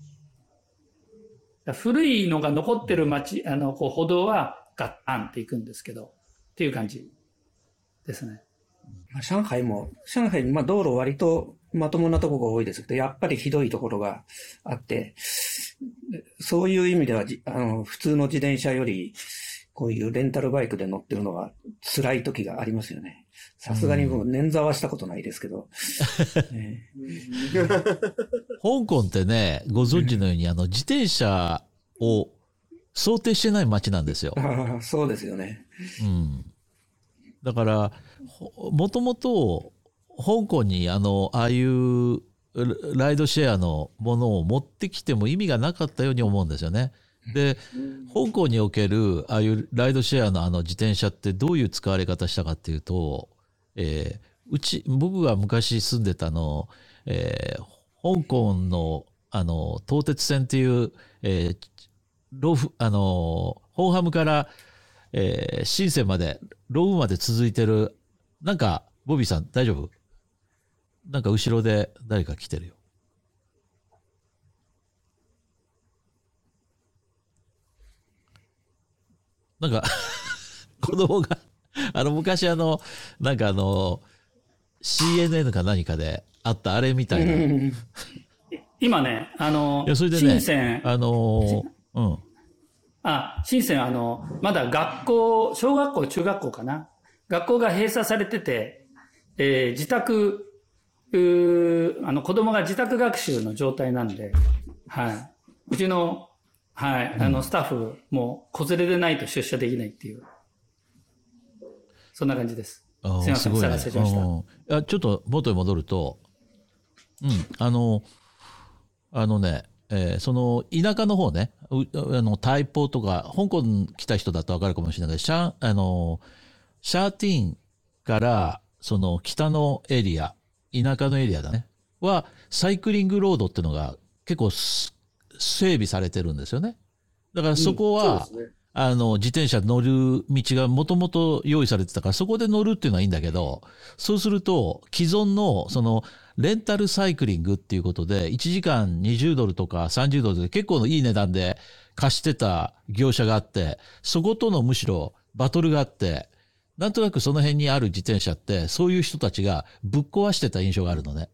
古いのが残ってるこう歩道はガッタンっていくんですけど、っていう感じですね。 上海、道路割とまともなところが多いですけど、やっぱりひどいところがあって、そういう意味では、普通の自転車より、こういうレンタルバイクで乗ってるのは辛い時がありますよね。さすがにもう捻挫はしたことないですけど。 香港ってね、ご存知のように自転車を想定してない街なんですよ。 そうですよね。 だから、もともと香港にああいうライドシェアのものを持ってきても意味がなかったように思うんですよね。で、香港におけるああいうライドシェアの自転車ってどういう使われ方したかっていうと、僕が昔住んでた香港の東鉄線っていう、ホーハムから深センまで、ローフまで続いてる、なんか、ボビーさん大丈夫？なんか後ろで誰か来てるよ。なんか子供が、昔なんかCNN か何かであったあれみたいな。 今ね、 いや、それでね、 深セン、深センまだ学校、小学校、中学校かな。学校が閉鎖されてて、自宅、子供が自宅学習の状態なんで、はい。うちの、はい、スタッフも子連れでないと出社できないっていう。そんな感じです。すいません、お騒がせしました。 ちょっと元に戻ると、その田舎の方ね、台北とか、香港来た人だと分かるかもしれないけど、シャーティンからその北のエリア、田舎のエリアだね、はサイクリングロードっていうのが結構整備されてるんですよね。だからそこは、自転車乗る道がもともと用意されてたから、そこで乗るっていうのはいいんだけど、そうすると既存のそのレンタルサイクリングっていうことで1時間20ドルとか30ドルで結構のいい値段で貸してた業者があって、そことのむしろバトルがあって、なんとなくその辺にある自転車ってそういう人たちがぶっ壊してた印象があるのね。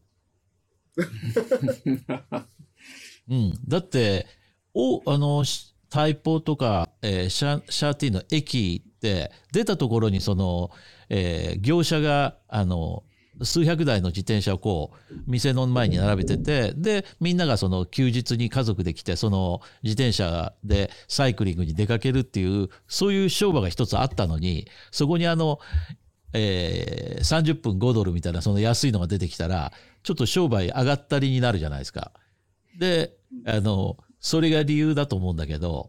だって台北とか、シャーティーの駅って出たところにその、業者が数百台の自転車をこう店の前に並べてて、でみんながその休日に家族で来てその自転車でサイクリングに出かけるっていうそういう商売が一つあったのに、そこに30分5ドルみたいなその安いのが出てきたらちょっと商売上がったりになるじゃないですか。でそれが理由だと思うんだけど、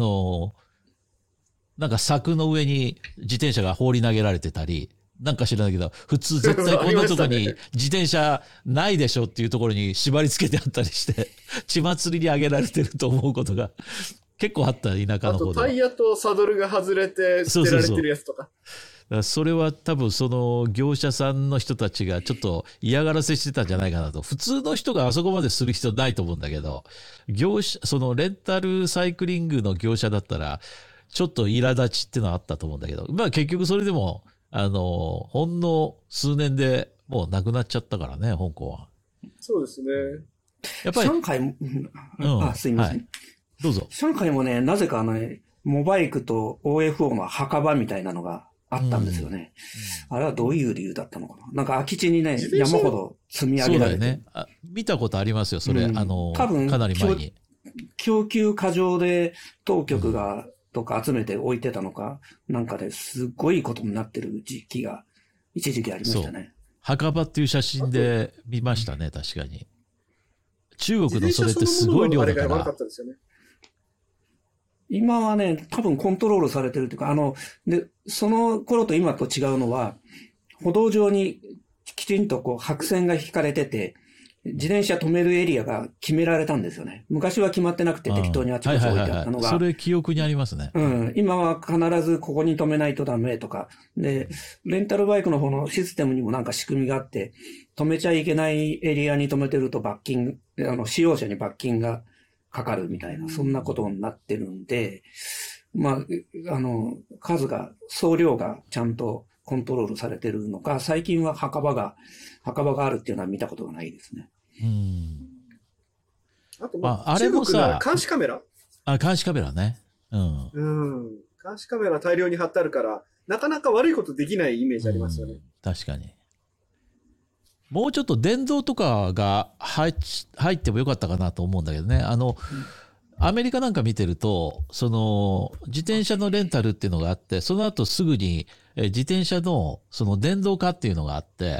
なんか柵の上に自転車が放り投げられてたり、なんか知らないけど、普通絶対こんなとこに自転車ないでしょっていうところに縛り付けてあったりして、血祭りにあげられてると思うことが結構あった、田舎の方で。 あとタイヤとサドルが外れて捨てられてるやつとか。 それは多分その業者さんの人たちがちょっと嫌がらせしてたんじゃないかなと。普通の人があそこまでする必要ないと思うんだけど、そのレンタルサイクリングの業者だったらちょっと苛立ちっていうのはあったと思うんだけど、まあ結局それでもほんの数年でもうなくなっちゃったからね、香港は。 そうですね。 やっぱり上海も、すいません、はい。 どうぞ。 上海もね、なぜかモバイクと OFO の墓場みたいなのがあったんですよね。あれはどういう理由だったのかな。なんか空き地にね、山ほど積み上げられて。 そうだよね。見たことありますよ、それ。多分かなり前に。 供給過剰で当局が、とか集めて置いてたのか、なんかですごいことになってる時期が一時期ありましたね。 墓場っていう写真で見ましたね、確かに。中国のそれってすごい量だから。 今はね、多分コントロールされてるというか、で、その頃と今と違うのは、歩道上にきちんとこう白線が引かれてて、自転車止めるエリアが決められたんですよね。昔は決まってなくて適当にあちこち置いてあったのが。 それ記憶にありますね。 今は必ずここに止めないとダメとか。で、レンタルバイクの方のシステムにもなんか仕組みがあって、止めちゃいけないエリアに止めてると罰金、使用者に罰金がかかるみたいな、そんなことになってるんで、まあ、総量がちゃんとコントロールされてるのか、最近は墓場があるっていうのは見たことがないですね。 あと、あれもさ、監視カメラ？ 監視カメラね。 監視カメラ大量に貼ってあるから、なかなか悪いことできないイメージありますよね。 確かに。もうちょっと電動とかが入ってもよかったかなと思うんだけどね。アメリカなんか見てると、その自転車のレンタルっていうのがあって、その後すぐに自転車のその電動化っていうのがあって、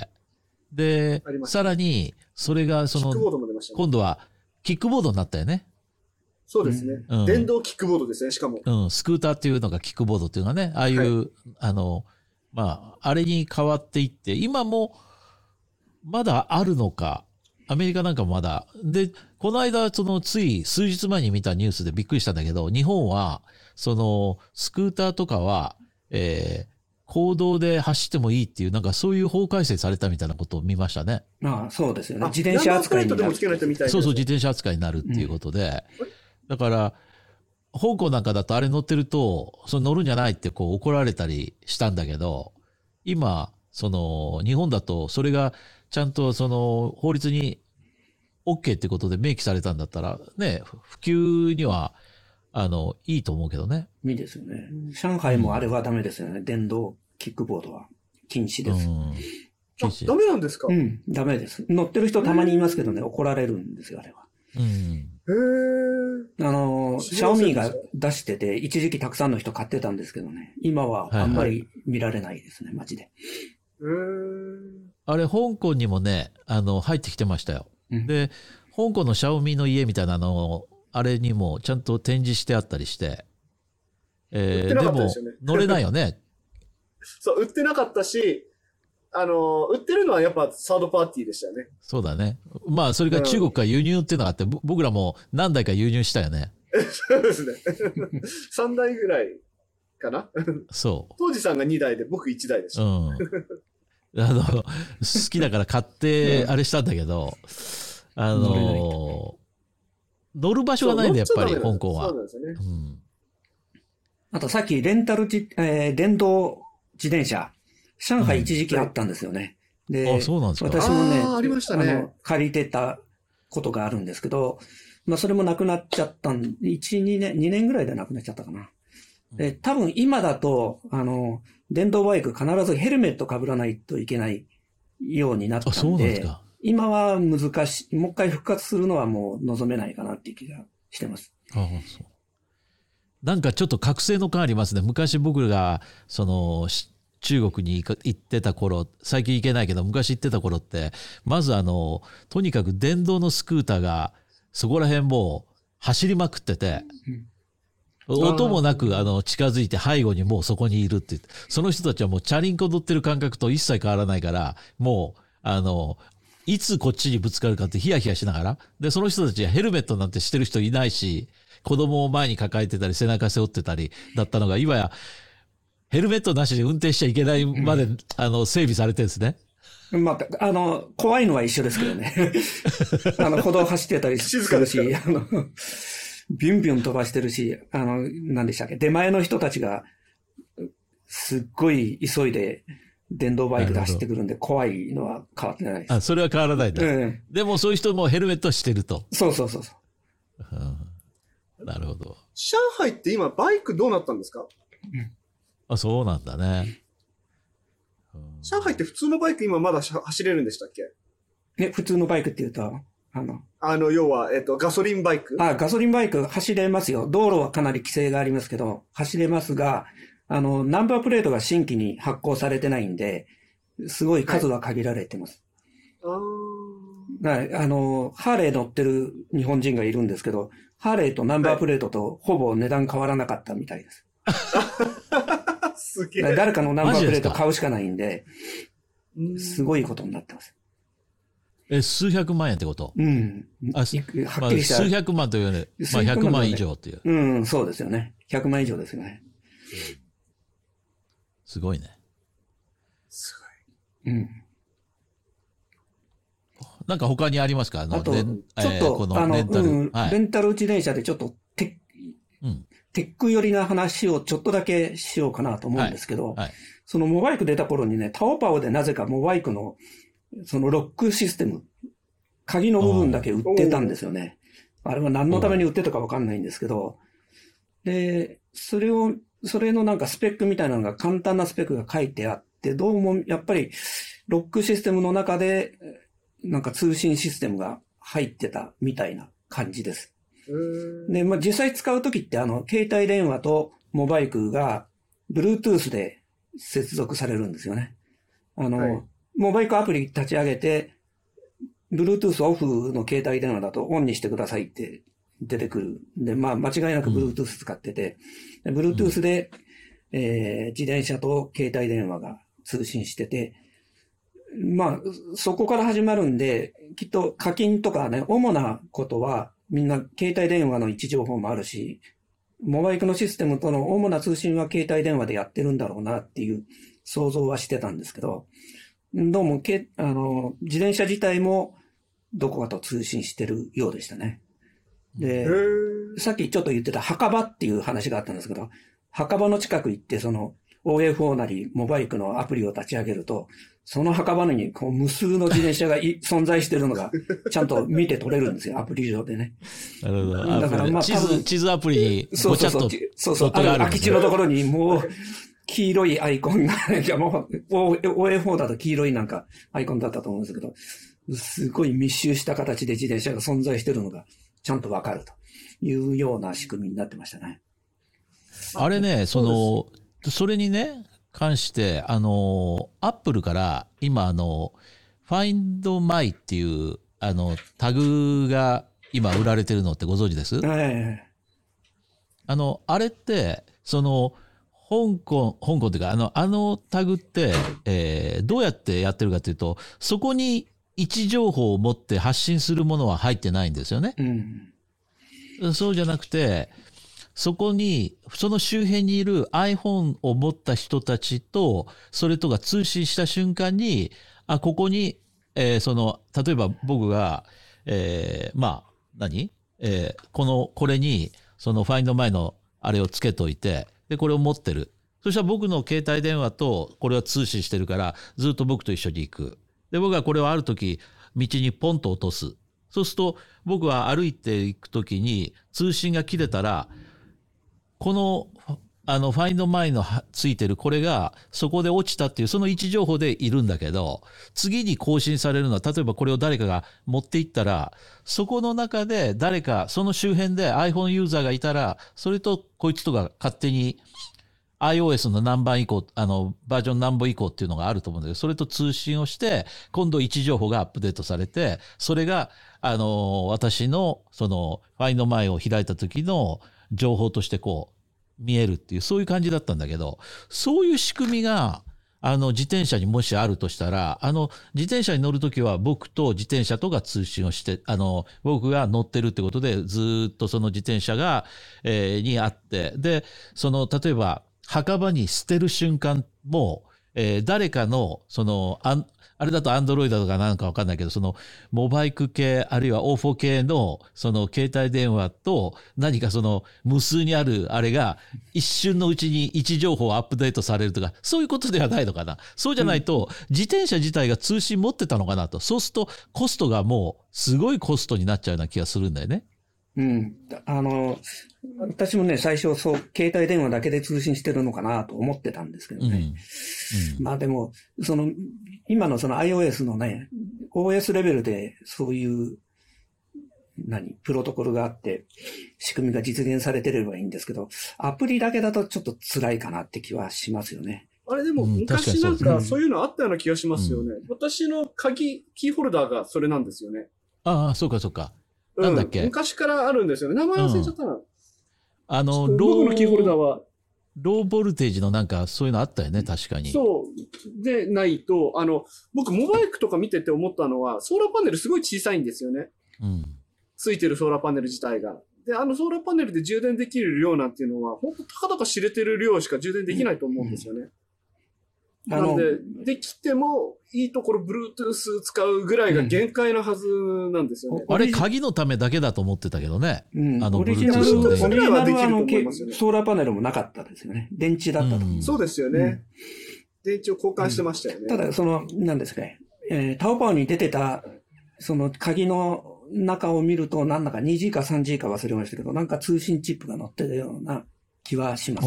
で、さらにそれがその、今度はキックボードになったよね。 そうですね。電動キックボードですね、しかも。 スクーターっていうのがキックボードっていうのがね、ああいう、あれに変わっていって、今もまだあるのか、アメリカなんかもまだ。で、この間、つい数日前に見たニュースでびっくりしたんだけど、日本は、スクーターとかは、公道で走ってもいいっていう、なんかそういう法改正されたみたいなことを見ましたね。 そうですよね。自転車扱いになる。 そうそう、自転車扱いになるっていうことで。だから、 香港なんかだとあれ乗ってると、その乗るんじゃないってこう怒られたりしたんだけど、今、その日本だとそれがちゃんとその法律に OK ってことで明記されたんだったら、ね、普及には、いいと思うけどね。 いいですよね。上海もあれはダメですよね。電動キックボードは禁止です。 禁止。ダメなんですか？ ダメです。乗ってる人たまにいますけどね、怒られるんですよ、あれは。シャオミが出してて、一時期たくさんの人買ってたんですけどね、今はあんまり見られないですね、街で。 あれ、香港にもね、入ってきてましたよ。で、香港のシャオミの家みたいなあれにもちゃんと展示してあったりして、でも乗れないよね。 そう、売ってなかったし、売ってるのはやっぱサードパーティーでしたよね。 そうだね。まあ、それが中国から輸入っていうのがあって、僕らも何台か輸入したよね。 そうですね。3台ぐらいかな。 そう。 当時さんが2台で僕1台でした。 好きだから買って、あれしたんだけど、乗る場所がないんだ、やっぱり、香港は。そうなんですよね。 あとさっき電動自転車、上海一時期あったんですよね。で、 そうなんですか。 私もね、 ありましたね。 借りてたことがあるんですけど、まあそれもなくなっちゃった1、2年ぐらいでなくなっちゃったかな。で、多分今だと、電動バイク必ずヘルメット被らないといけないようになったんで、 そうなんですか。 今は難しい。もう一回復活するのはもう望めないかなっていう気がしてます。 そう。なんかちょっと覚醒の感ありますね。昔僕が、中国に行ってた頃、最近行けないけど、昔行ってた頃って、まずとにかく電動のスクーターが、そこら辺もう走りまくってて、音もなく近づいて背後にもうそこにいるって言って、その人たちはもうチャリンコ乗ってる感覚と一切変わらないから、もう、いつこっちにぶつかるかってヒヤヒヤしながら、で、その人たちはヘルメットなんてしてる人いないし、子供を前に抱えてたり、背中背負ってたりだったのが、今や、ヘルメットなしで運転しちゃいけないまで、整備されてるんですね。 まあ、怖いのは一緒ですけどね。歩道走ってたりするし、ビュンビュン飛ばしてるし、何でしたっけ、出前の人たちが、すっごい急いで、電動バイクで走ってくるんで、怖いのは変わってないです。 それは変わらないんだ。でもそういう人もヘルメットしてると。 そう。 なるほど。 上海って今バイクどうなったんですか？ そうなんだね。 上海って普通のバイク今まだ走れるんでしたっけ？ 普通のバイクって言うと、 要は、ガソリンバイク？ ガソリンバイク走れますよ。道路はかなり規制がありますけど、走れますが、ナンバープレートが新規に発行されてないんで、すごい数は限られてます。ハーレー乗ってる日本人がいるんですけど、ハーレーとナンバープレートとほぼ値段変わらなかったみたいです。 すげえ。 誰かのナンバープレート買うしかないんで、すごいことになってます。 数百万円ってこと？ はっきりした。 数百万というより、100万以上っていう。 そうですよね。100万以上ですよね。 すごいね。 すごい。 なんか他にありますか？ あと、ちょっと、 このレンタル。 レンタル自転車でちょっとテック寄りな話をちょっとだけしようかなと思うんですけど、そのモバイク出た頃にね、タオパオでなぜかモバイクのそのロックシステム、鍵の部分だけ売ってたんですよね。あれは何のために売ってたかわかんないんですけど、で、それのなんかスペックみたいなのが簡単なスペックが書いてあって、どうもやっぱりロックシステムの中でなんか通信システムが入ってたみたいな感じです。で、実際使うときって携帯電話とモバイクが Bluetooth で接続されるんですよね。モバイクアプリ立ち上げて、Bluetooth オフの携帯電話だとオンにしてくださいって出てくる。で、間違いなく Bluetooth 使ってて、Bluetooth で、自転車と携帯電話が通信してて、そこから始まるんで、きっと課金とかね、主なことはみんな携帯電話の位置情報もあるし、モバイクのシステムとの主な通信は携帯電話でやってるんだろうなっていう想像はしてたんですけど、どうも自転車自体もどこかと通信してるようでしたね。 で、さっきちょっと言ってた墓場っていう話があったんですけど、墓場の近く行って、その OFO なりモバイクのアプリを立ち上げると、その墓場にこう無数の自転車が存在してるのがちゃんと見て取れるんですよ、アプリ上でね。 なるほど。 だからまあ地図アプリにごちゃっとそう、空き地のところにもう黄色いアイコンが、いやもう OFO だと黄色いなんかアイコンだったと思うんですけど、すごい密集した形で自転車が存在してるのがちゃんとわかるというような仕組みになってましたね。 あれね、それにね、関して、アップルから今、Find My っていう、タグが今売られてるのってご存知です？あれって、香港っていうか、タグって、どうやってやってるかというと、そこに位置情報を持って発信するものは入ってないんですよね。そうじゃなくて、そこに、その周辺にいる iPhone を持った人たちと、それとが通信した瞬間に、ここに、例えば僕が、これに、その Find My のあれをつけといて、で、これを持ってる。そしたら僕の携帯電話とこれは通信してるから、ずっと僕と一緒に行く。で、僕はこれをある時、道にポンと落とす。そうすると、僕は歩いていくときに通信が切れたら、この、Find My のついてるこれがそこで落ちたっていうその位置情報でいるんだけど、次に更新されるのは、例えばこれを誰かが持っていったら、そこの中で誰か、その周辺で iPhone ユーザーがいたら、それとこいつとか勝手に iOS の何番以降、バージョン何本以降っていうのがあると思うんだけど、それと通信をして、今度位置情報がアップデートされて、それが、私の、Find My を開いた時の情報としてこう、見えるっていう、そういう感じだったんだけど、そういう仕組みが、自転車にもしあるとしたら、自転車に乗るときは僕と自転車とが通信をして、僕が乗ってるってことで、ずっとその自転車が、にあって、で、例えば、墓場に捨てる瞬間も、誰かの、あれだとアンドロイドとかなんかわかんないけど、モバイク系、あるいは OFO 系の、携帯電話と、何か無数にあるあれが、一瞬のうちに位置情報をアップデートされるとか、そういうことではないのかな。そうじゃないと、自転車自体が通信持ってたのかなと。そうすると、コストがもう、すごいコストになっちゃうような気がするんだよね。 私もね、最初携帯電話だけで通信してるのかなと思ってたんですけどね。まあでも、今のiOS のね、OS レベルでそういう、プロトコルがあって、仕組みが実現されてればいいんですけど、アプリだけだとちょっと辛いかなって気はしますよね。 あれでも昔なんかそういうのあったような気がしますよね。私のキーホルダーがそれなんですよね。 ああ、そうかそうか。なんだっけ、 昔からあるんですよね。名前忘れちゃったな。 僕のキーホルダーは。 ローボルテージのなんかそういうのあったよね、確かに。 そう。でないと、僕モバイクとか見てて思ったのは、ソーラーパネルすごい小さいんですよね。ついてるソーラーパネル自体が。で、ソーラーパネルで充電できる量なんていうのは、本当たかだか知れてる量しか充電できないと思うんですよね。なので、できてもいいところ Bluetooth 使うぐらいが限界なはずなんですよね。 あれ、鍵のためだけだと思ってたけどね。 オリジナルソーラーパネルもなかったですよね。電池だったと思う。 そうですよね。電池を交換してましたよね。 ただ、何ですかね。タオパオに出てた、鍵の中を見ると、なんだか 2G か 3G か忘れましたけど、なんか通信チップが載ってるような気はします。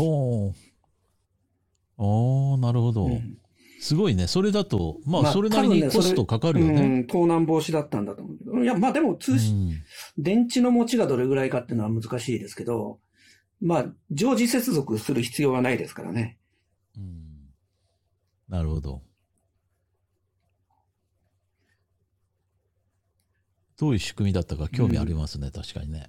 なるほど。すごいね。それだと、それなりにコストかかるよね。 盗難防止だったんだと思うけど。いや、でも電池の持ちがどれぐらいかっていうのは難しいですけど、常時接続する必要はないですからね。 なるほど。どういう仕組みだったか興味ありますね、確かにね。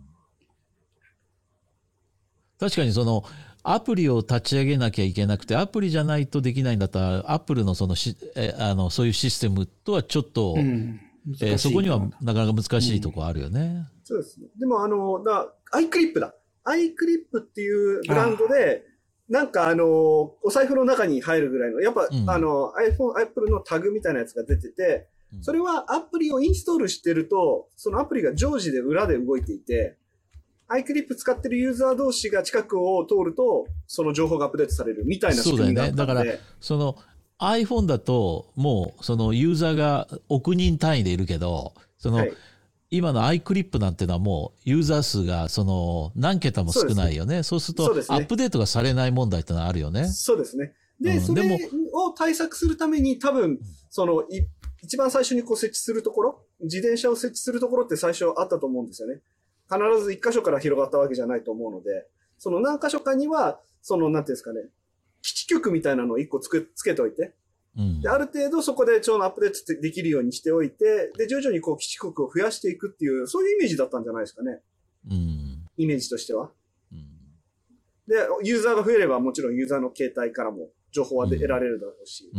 確かにアプリを立ち上げなきゃいけなくて、アプリじゃないとできないんだったら、アップルのそういうシステムとはちょっと、そこにはなかなか難しいところあるよね。 そうですね。でもiClip だ。iClip っていうブランドで、なんかお財布の中に入るぐらいの、やっぱApple のタグみたいなやつが出てて、 それはアプリをインストールしてると、そのアプリが常時で裏で動いていて、iClip 使ってるユーザー同士が近くを通ると、その情報がアップデートされるみたいな仕組みがあったので。 そうだよね。だから、その iPhone だと、もうそのユーザーが億人単位でいるけど、その、今の iClip なんてのはもうユーザー数がその何桁も少ないよね。そうするとアップデートがされない問題ってのはあるよね。 そうですね。で、それを対策するために多分、その、一番最初にこう設置するところ、自転車を設置するところって最初あったと思うんですよね。必ず一箇所から広がったわけじゃないと思うので、その何箇所かには、その、なんていうんですかね、基地局みたいなのを一個つけておいて、で、ある程度そこでちょうどアップデートできるようにしておいて、で、徐々にこう基地局を増やしていくっていう、そういうイメージだったんじゃないですかね。イメージとしては。で、ユーザーが増えればもちろんユーザーの携帯からも情報は得られるだろうし。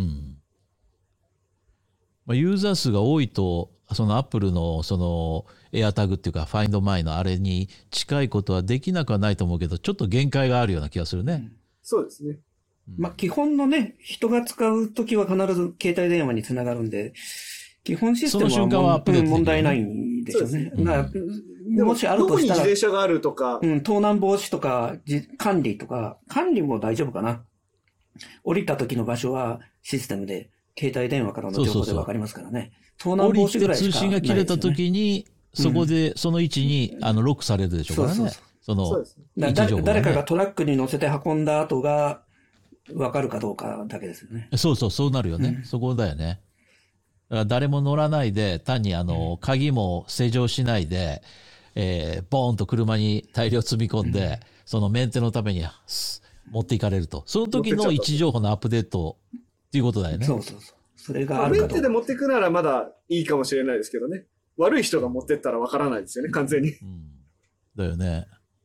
ユーザー数が多いと、そのアップルのそのエアタグっていうかファインドマイのあれに近いことはできなくはないと思うけど、ちょっと限界があるような気がするね。 そうですね。 まあ、基本のね、人が使うときは必ず携帯電話につながるんで、基本システムはその瞬間はアップデートできる、 問題ないんでしょうね。もしあるどこにとしたら、 自転車があるとか、 盗難防止とか、管理も大丈夫かな。降りた時の場所はシステムで携帯電話からの情報でわかりますからね。盗難防止ぐらいしかないですよね。 通信が切れた時に、そこで、その位置にロックされるでしょうからね。その、 誰かがトラックに乗せて運んだ後がわかるかどうかだけですよね。 そうなるよね。そこだよね。だから誰も乗らないで、単に鍵も施錠しないで、ボーンと車に大量積み込んで、そのメンテのために持っていかれると。その時の位置情報のアップデートっていうことだよね。 それがあるかどうか。 メンテで持っていくならまだいいかもしれないですけどね。悪い人が持ってったらわからないですよね、完全に。 だよね。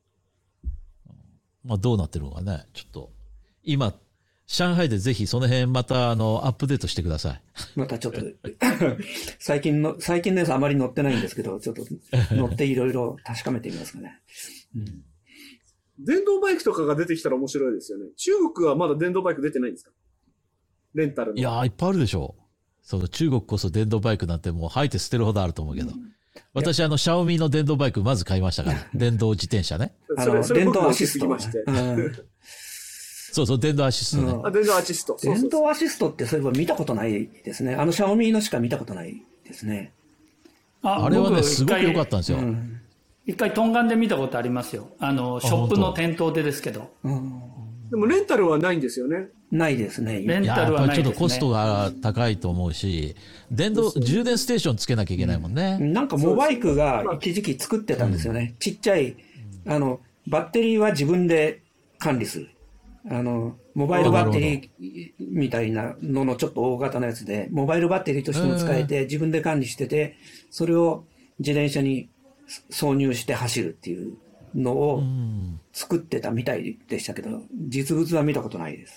まあどうなってるのかね。ちょっと、今、上海でぜひその辺またアップデートしてください。 またちょっと、最近のやつあまり乗ってないんですけど、ちょっと乗っていろいろ確かめてみますかね。 電動バイクとかが出てきたら面白いですよね。中国はまだ電動バイク出てないんですか？レンタルの。 いやー、いっぱいあるでしょう。その中国こそ電動バイクなんてもう吐いて捨てるほどあると思うけど。私、シャオミの電動バイクまず買いましたから。電動自転車ね。 それ僕もしすぎまして。 そう、電動アシストね。 電動アシスト。 電動アシストってそういえば見たことないですね。シャオミのしか見たことないですね。 あれはね、すごく良かったんですよ。 一回トンガンで見たことありますよ。ショップの店頭でですけど。 でもレンタルはないんですよね。 ないですね。 レンタルはないですね。 ちょっとコストが高いと思うし、充電ステーションつけなきゃいけないもんね。 なんかモバイクが一時期作ってたんですよね。ちっちゃい、バッテリーは自分で管理する。モバイルバッテリーみたいなののちょっと大型のやつで、モバイルバッテリーとしても使えて、自分で管理してて、それを自転車に挿入して走るっていうのを作ってたみたいでしたけど、実物は見たことないです。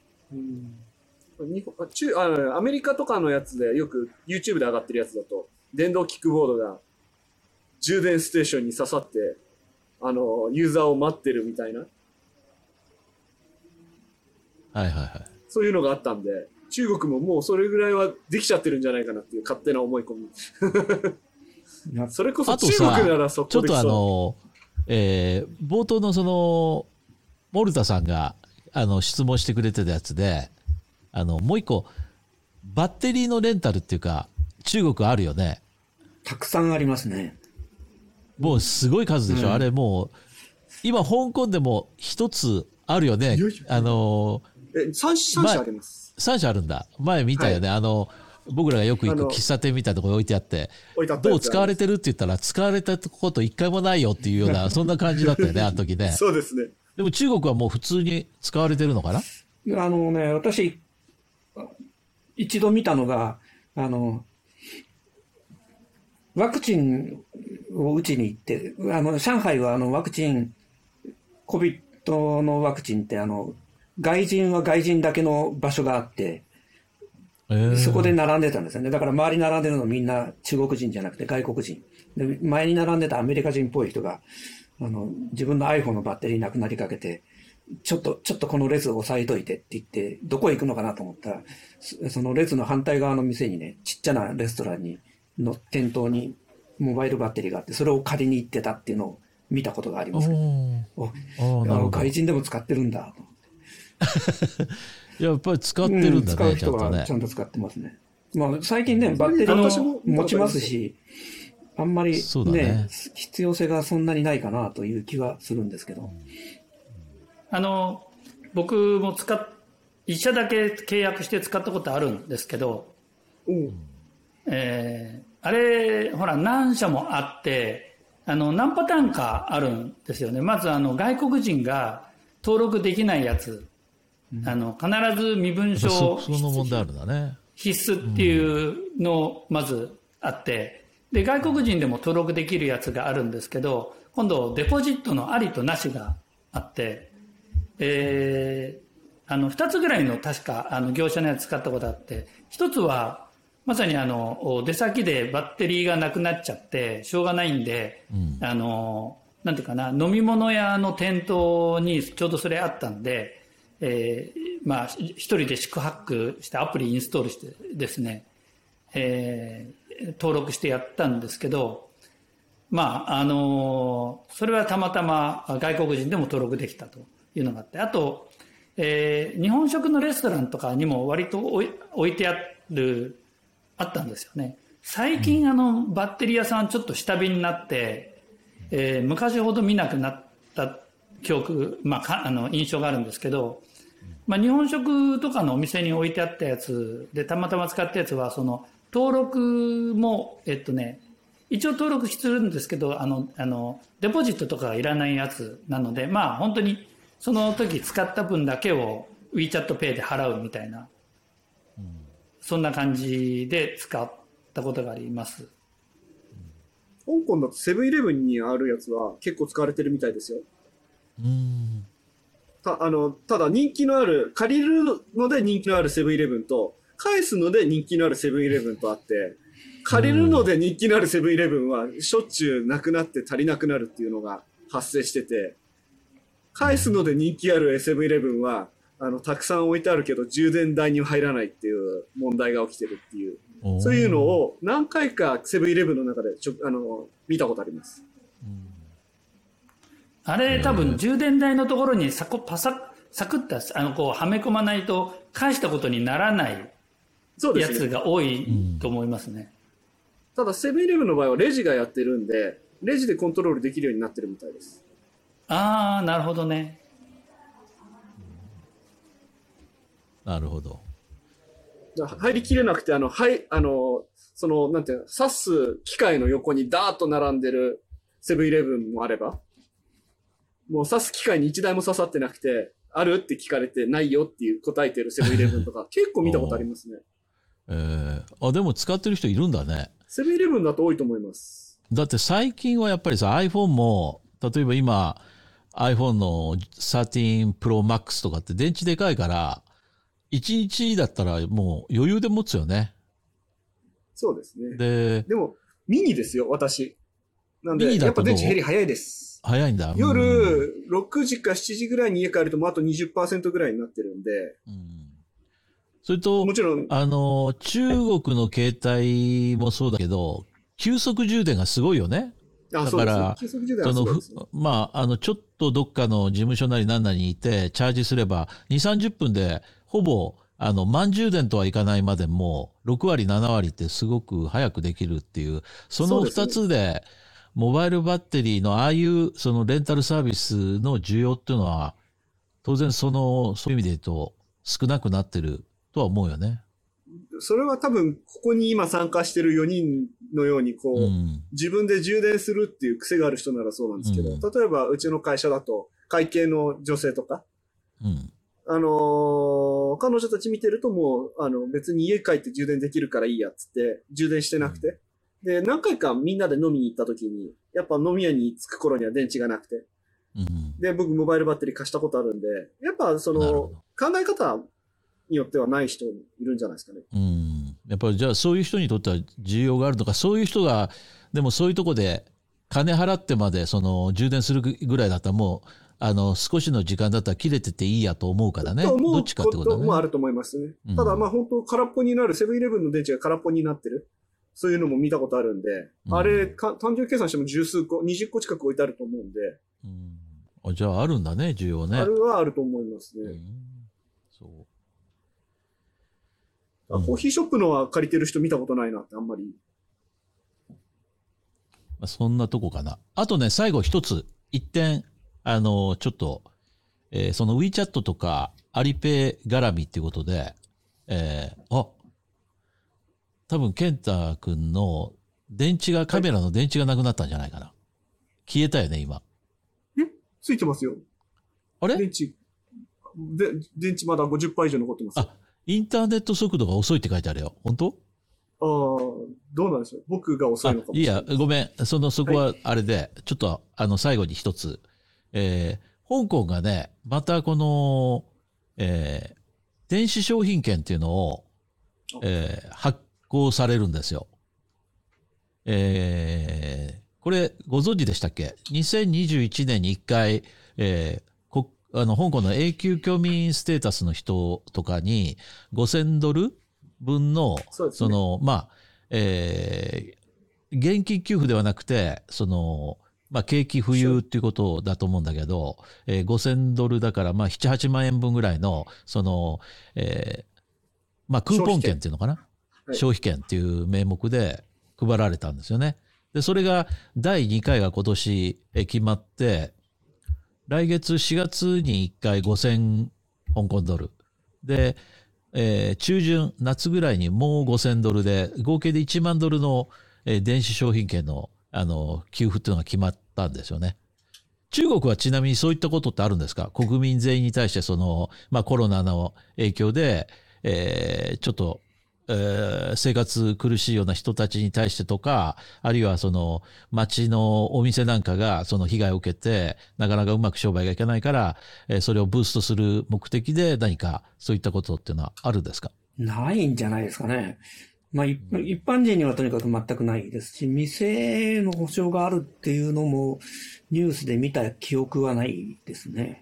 アメリカとかのやつでよく YouTube で上がってるやつだと、電動キックボードが充電ステーションに刺さって、ユーザーを待ってるみたいな。そういうのがあったんで、中国ももうそれぐらいはできちゃってるんじゃないかなっていう勝手な思い込み。それこそ中国ならそこできそう。 ちょっと冒頭のその、モルタさんが、質問してくれてたやつで、もう一個、バッテリーのレンタルっていうか、中国あるよね。 たくさんありますね。 もうすごい数でしょ。あれもう、今香港でも一つあるよね。 3社あります。 3社あるんだ。前見たよね。僕らがよく行く喫茶店みたいなところに置いてあって、どう使われてるって言ったら、使われたこと一回もないよっていうような、そんな感じだったよね、あの時ね。 そうですね。 でも中国はもう普通に使われてるのかな？ 私、一度見たのが、ワクチンを打ちに行って、上海はワクチン、COVID のワクチンって、外人は外人だけの場所があって、そこで並んでたんですよね。だから周り並んでるのみんな中国人じゃなくて外国人。で、前に並んでたアメリカ人っぽい人が、 自分の iPhone のバッテリーなくなりかけて、ちょっとこの列を押さえといてって言って、どこへ行くのかなと思ったら、その列の反対側の店にね、ちっちゃなレストランの店頭にモバイルバッテリーがあって、それを借りに行ってたっていうのを見たことがあります。外人でも使ってるんだと思って。 やっぱり使ってるんだね、 使う人はちゃんと使ってますね。まあ、最近ね、バッテリーも持ちますし、あんまりね、必要性がそんなにないかなという気はするんですけど。 僕も一社だけ契約して使ったことあるんですけど、あれ、ほら、何社もあって、何パターンかあるんですよね。まず、外国人が登録できないやつ、必ず身分証その問題あるんだね。 必須っていうのまずあって、で、外国人でも登録できるやつがあるんですけど、今度、デポジットのありとなしがあって、二つぐらいの確か、業者のやつ使ったことあって、一つは、まさに出先でバッテリーがなくなっちゃって、しょうがないんで、なんていうかな、飲み物屋の店頭にちょうどそれあったんで、まあ、一人で宿泊してアプリインストールしてですね、登録してやったんですけど、まあ、それはたまたま外国人でも登録できたというのがあって、あと、日本食のレストランとかにも割と置いてあったんですよね。最近バッテリー屋さんちょっと下火になって、昔ほど見なくなった記憶、まあ、印象があるんですけど、まあ、日本食とかのお店に置いてあったやつで、たまたま使ったやつは、登録も、一応登録するんですけど、デポジットとかがいらないやつなので、まあ、本当に、その時使った分だけを WeChat Pay で払うみたいな、そんな感じで使ったことがあります。 香港だとセブンイレブンにあるやつは結構使われてるみたいですよ。ただ人気のある、借りるので人気のあるセブンイレブンと、返すので人気のあるセブンイレブンとあって、借りるので人気のあるセブンイレブンはしょっちゅうなくなって足りなくなるっていうのが発生してて、返すので人気あるセブンイレブンは、たくさん置いてあるけど充電台に入らないっていう問題が起きてるっていう、そういうのを何回かセブンイレブンの中で見たことあります。 あれ多分充電台のところにサクッとはめ込まないと返したことにならないやつが多いと思いますね。 ただセブンイレブンの場合はレジがやってるんで、レジでコントロールできるようになってるみたいです。 ああ、なるほどね。 なるほど。 入りきれなくて、なんていうの、刺す機械の横にダーッと並んでるセブンイレブンもあれば、もう刺す機械に一台も刺さってなくて、あるって聞かれてないよっていう答えてるセブンイレブンとか結構見たことありますね。 でも使ってる人いるんだね。 セブンイレブンだと多いと思います。 だって最近はやっぱりさ、iPhone も、例えば今、iPhone の13 Pro Max とかって電池でかいから、1日だったらもう余裕で持つよね。 そうですね。 でも、ミニですよ、私。なんで、やっぱ電池減り早いです。 早いんだ。 夜6時か7時ぐらいに家帰るともうあと 20% ぐらいになってるんで。 それと、 もちろん、 中国の携帯もそうだけど、急速充電がすごいよね。だから、まあ、ちょっとどっかの事務所なり何なりにいて、チャージすれば、2、30分で、ほぼ、満充電とはいかないまでも、6割、7割ってすごく早くできるっていう、その2つで、モバイルバッテリーのああいう、そのレンタルサービスの需要っていうのは、当然そういう意味で言うと、少なくなってるとは思うよね。 それは多分、ここに今参加してる4人のように、自分で充電するっていう癖がある人ならそうなんですけど、例えばうちの会社だと、会計の女性とか、彼女たち見てるともう、別に家帰って充電できるからいいやっつって、充電してなくて、で、何回かみんなで飲みに行った時に、やっぱ飲み屋に着く頃には電池がなくて、で、僕モバイルバッテリー貸したことあるんで、やっぱ考え方によってはない人いるんじゃないですかね。 やっぱりじゃあそういう人にとっては需要があるとか、そういう人が、でもそういうとこで金払ってまでその充電するぐらいだったらもう少しの時間だったら切れてていいやと思うからね。どっちかってことだね。 もあると思いますね。ただまあ本当空っぽになる、セブンイレブンの電池が空っぽになってる。そういうのも見たことあるんで、あれ単純計算しても十数個、20個近く置いてあると思うんで。 じゃああるんだね、需要ね。 あるはあると思いますね。 そうコーヒーショップのは借りてる人見たことないなってあんまり。 そんなとこかな。あとね、最後一点、ちょっと、その WeChat とかアリペイ絡みっていうことで、多分健太くんのカメラの電池がなくなったんじゃないかな。消えたよね、今。 ついてますよ。 あれ？ 電池まだ 50% 以上残ってます。 インターネット速度が遅いって書いてあるよ。本当？ どうなんでしょう。僕が遅いのかもしれない。 いや、ごめん。そこはあれで、ちょっと最後に一つ。香港がね、またこの、電子商品券っていうのを、発行されるんですよ。これご存知でしたっけ？ 2021 年に1回、香港の永久居民ステータスの人とかに5000ドル分の、現金給付ではなくて、景気浮遊っていうことだと思うんだけど、5000ドルだから、7、8万円分ぐらいの、クーポン券っていうのかな？消費券っていう名目で配られたんですよね。で、それが第2回が今年決まって、来月4月に1回5000香港ドル。で、中旬、夏ぐらいにもう5000ドルで、合計で1万ドルの電子商品券の給付っていうのが決まったんですよね。中国はちなみにそういったことってあるんですか？国民全員に対してコロナの影響で、ちょっと、生活苦しいような人たちに対してとか、あるいは町のお店なんかが被害を受けて、なかなかうまく商売がいかないから、それをブーストする目的で何かそういったことっていうのはあるんですか？ ないんじゃないですかね。一般人にはとにかく全くないですし、店の保証があるっていうのもニュースで見た記憶はないですね。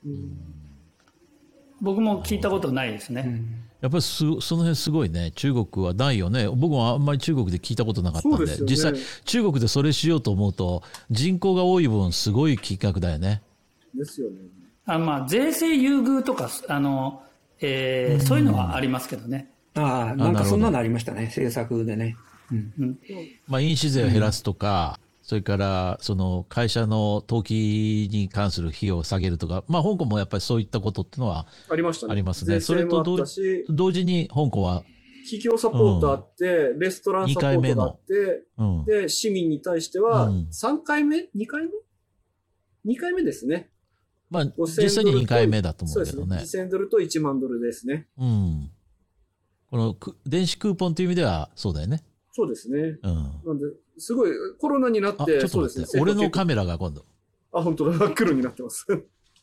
僕も聞いたことないですね。 やっぱりその辺すごいね。中国はないよね。僕もあんまり中国で聞いたことなかったんで、実際中国でそれしようと思うと人口が多い分すごい金額だよね。 ですよね。 税制優遇とかそういうのはありますけどね。 なんかそんなのありましたね、政策でね。 印紙税を減らすとか、それから会社の登記に関する費用を下げるとか、香港もやっぱりそういったことっていうのはありましたね。ありますね。それと同時に香港は企業サポートあって、レストランサポートがあって、で市民に対しては3回目、2回目2回目ですね。 実際に2回目だと思うけどね。 2000ドルと1万ドルですね。 この電子クーポンという意味ではそうだよね。 そうですね。なんで、すごいコロナになって、 ちょっと待って、俺のカメラが今度。 本当だ、黒になってます。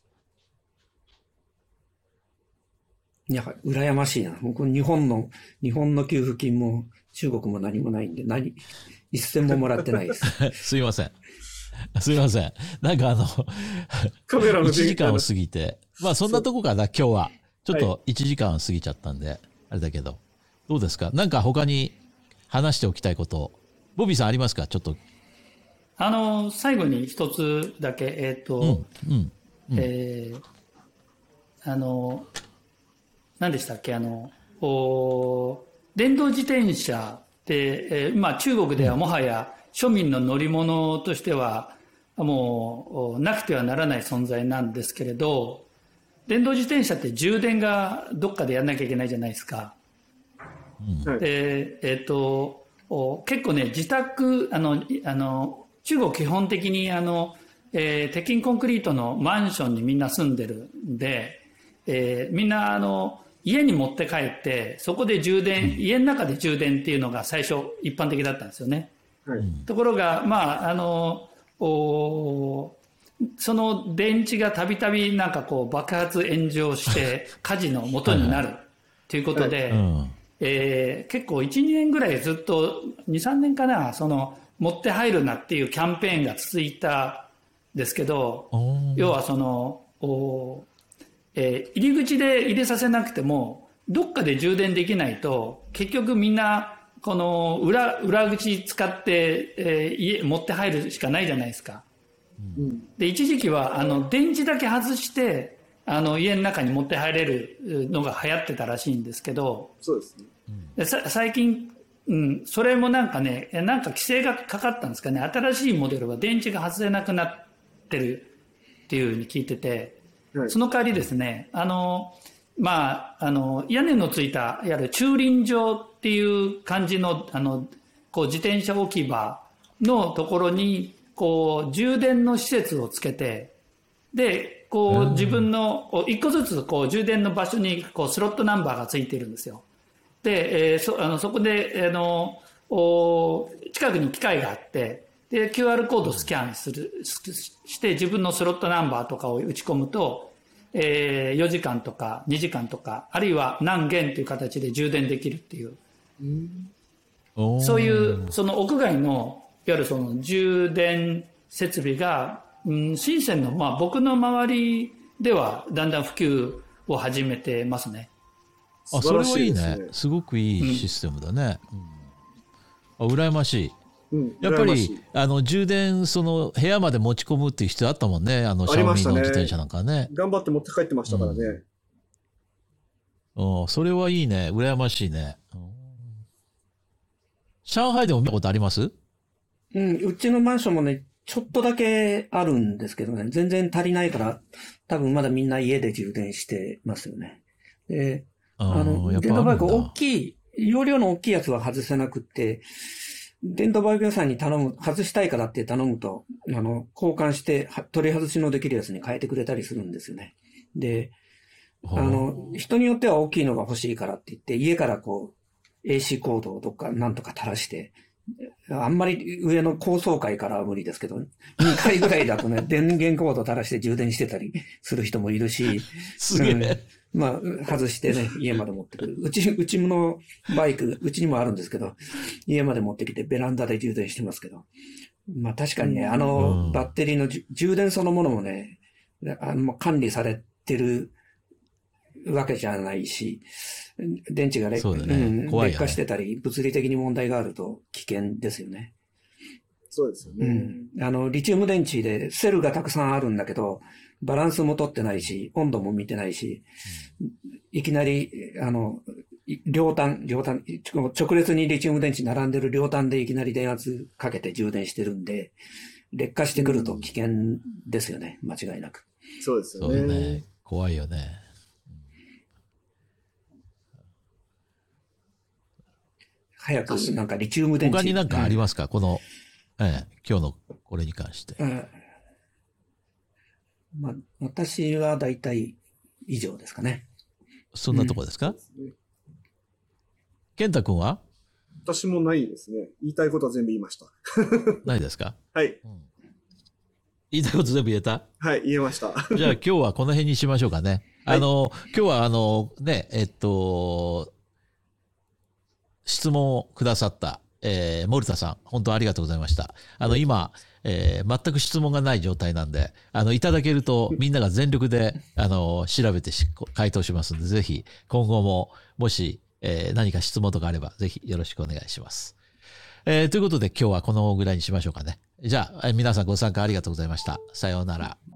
いや、羨ましいな。僕、日本の給付金も中国も何もないんで、一銭ももらってないです。 すいません。なんかカメラの 1時間を過ぎて、そんなとこかな、今日は。ちょっと1時間を過ぎちゃったんで、あれだけど。どうですか？なんか他に話しておきたいこと、ボビーさんありますか？ちょっと。 最後に一つだけ、何でしたっけ？電動自転車って、中国ではもはや庶民の乗り物としては、もうなくてはならない存在なんですけれど、電動自転車って充電がどっかでやんなきゃいけないじゃないですか。で、結構ね、自宅、中国基本的に鉄筋コンクリートのマンションにみんな住んでるんで、みんな家に持って帰って、そこで充電、家の中で充電っていうのが最初一般的だったんですよね。ところが、その電池がたびたびなんかこう爆発炎上して火事の元になるということで、結構1、2年ぐらいずっと、2、3年かな、 持って入るなっていうキャンペーンが続いたんですけど、要はその、入り口で入れさせなくても、どっかで充電できないと、結局みんな、この裏口使って、家持って入るしかないじゃないですか。で、一時期は、電池だけ外して、家の中に持って入れるのが流行ってたらしいんですけど、 そうですね。 で最近、それもなんかね、なんか規制がかかったんですかね。新しいモデルは電池が外せなくなってるっていうふうに聞いてて、はい、その代わりですね、まあ、屋根のついた、いわゆる駐輪場っていう感じの、こう自転車置き場のところに、こう、充電の施設をつけて、で、こう、自分の、一個ずつ、こう、充電の場所に、こう、スロットナンバーがついてるんですよ。で、そこで、近くに機械があって、で、QR コードをスキャンして自分のスロットナンバーとかを打ち込むと、4時間とか2時間とか、あるいは何元という形で充電できるっていう。そういう、その屋外の、いわゆるその充電設備が、深センの、まあ僕の周りではだんだん普及を始めてますね。 あ、それはいいね。すごくいいシステムだね。羨ましい。やっぱり充電その部屋まで持ち込むっていう必要あったもんね。シャオミの自転車なんかね。 頑張って持って帰ってましたからね。 それはいいね。羨ましいね。上海でも見たことあります？ うちのマンションもね、ちょっとだけあるんですけどね、全然足りないから、多分まだみんな家で充電してますよね。で、電動バイク大きい、容量の大きいやつは外せなくって、電動バイク屋さんに外したいからって頼むと、交換して、取り外しのできるやつに変えてくれたりするんですよね。で、人によっては大きいのが欲しいからって言って、家からこう、AC コードをどっかなんとか垂らして、あんまり上の高層階からは無理ですけど、2階ぐらいだとね、電源コード垂らして充電してたりする人もいるし、 すげえ。 まあ、外してね、家まで持ってくる。うちのバイク、うちにもあるんですけど、家まで持ってきてベランダで充電してますけど。まあ確かにね、バッテリーの充電そのものもね、管理されてるわけじゃないし、電池が劣化してたり、物理的に問題があると危険ですよね。 そうですよね。 リチウム電池でセルがたくさんあるんだけど、バランスも取ってないし、温度も見てないし、いきなり、両端、直列にリチウム電池並んでる両端でいきなり電圧かけて充電してるんで、劣化してくると危険ですよね、間違いなく。 そうですよね。 そうね。怖いよね。 早くなんかリチウム電池。 他になんかありますか、この、今日のこれに関して。 まあ、私は大体以上ですかね。 そんなとこですか？健太君は？ 私もないですね。言いたいことは全部言いました。 ないですか？ はい、 言いたいこと全部言えた？ はい、言えました。 じゃあ今日はこの辺にしましょうかね。はい、今日はね、質問をくださった、森田さん、本当ありがとうございました。今、全く質問がない状態なんで、いただけるとみんなが全力で、調べて回答しますので、ぜひ今後ももし、何か質問とかあれば、ぜひよろしくお願いします。ということで今日はこのぐらいにしましょうかね。じゃあ、皆さんご参加ありがとうございました。さようなら。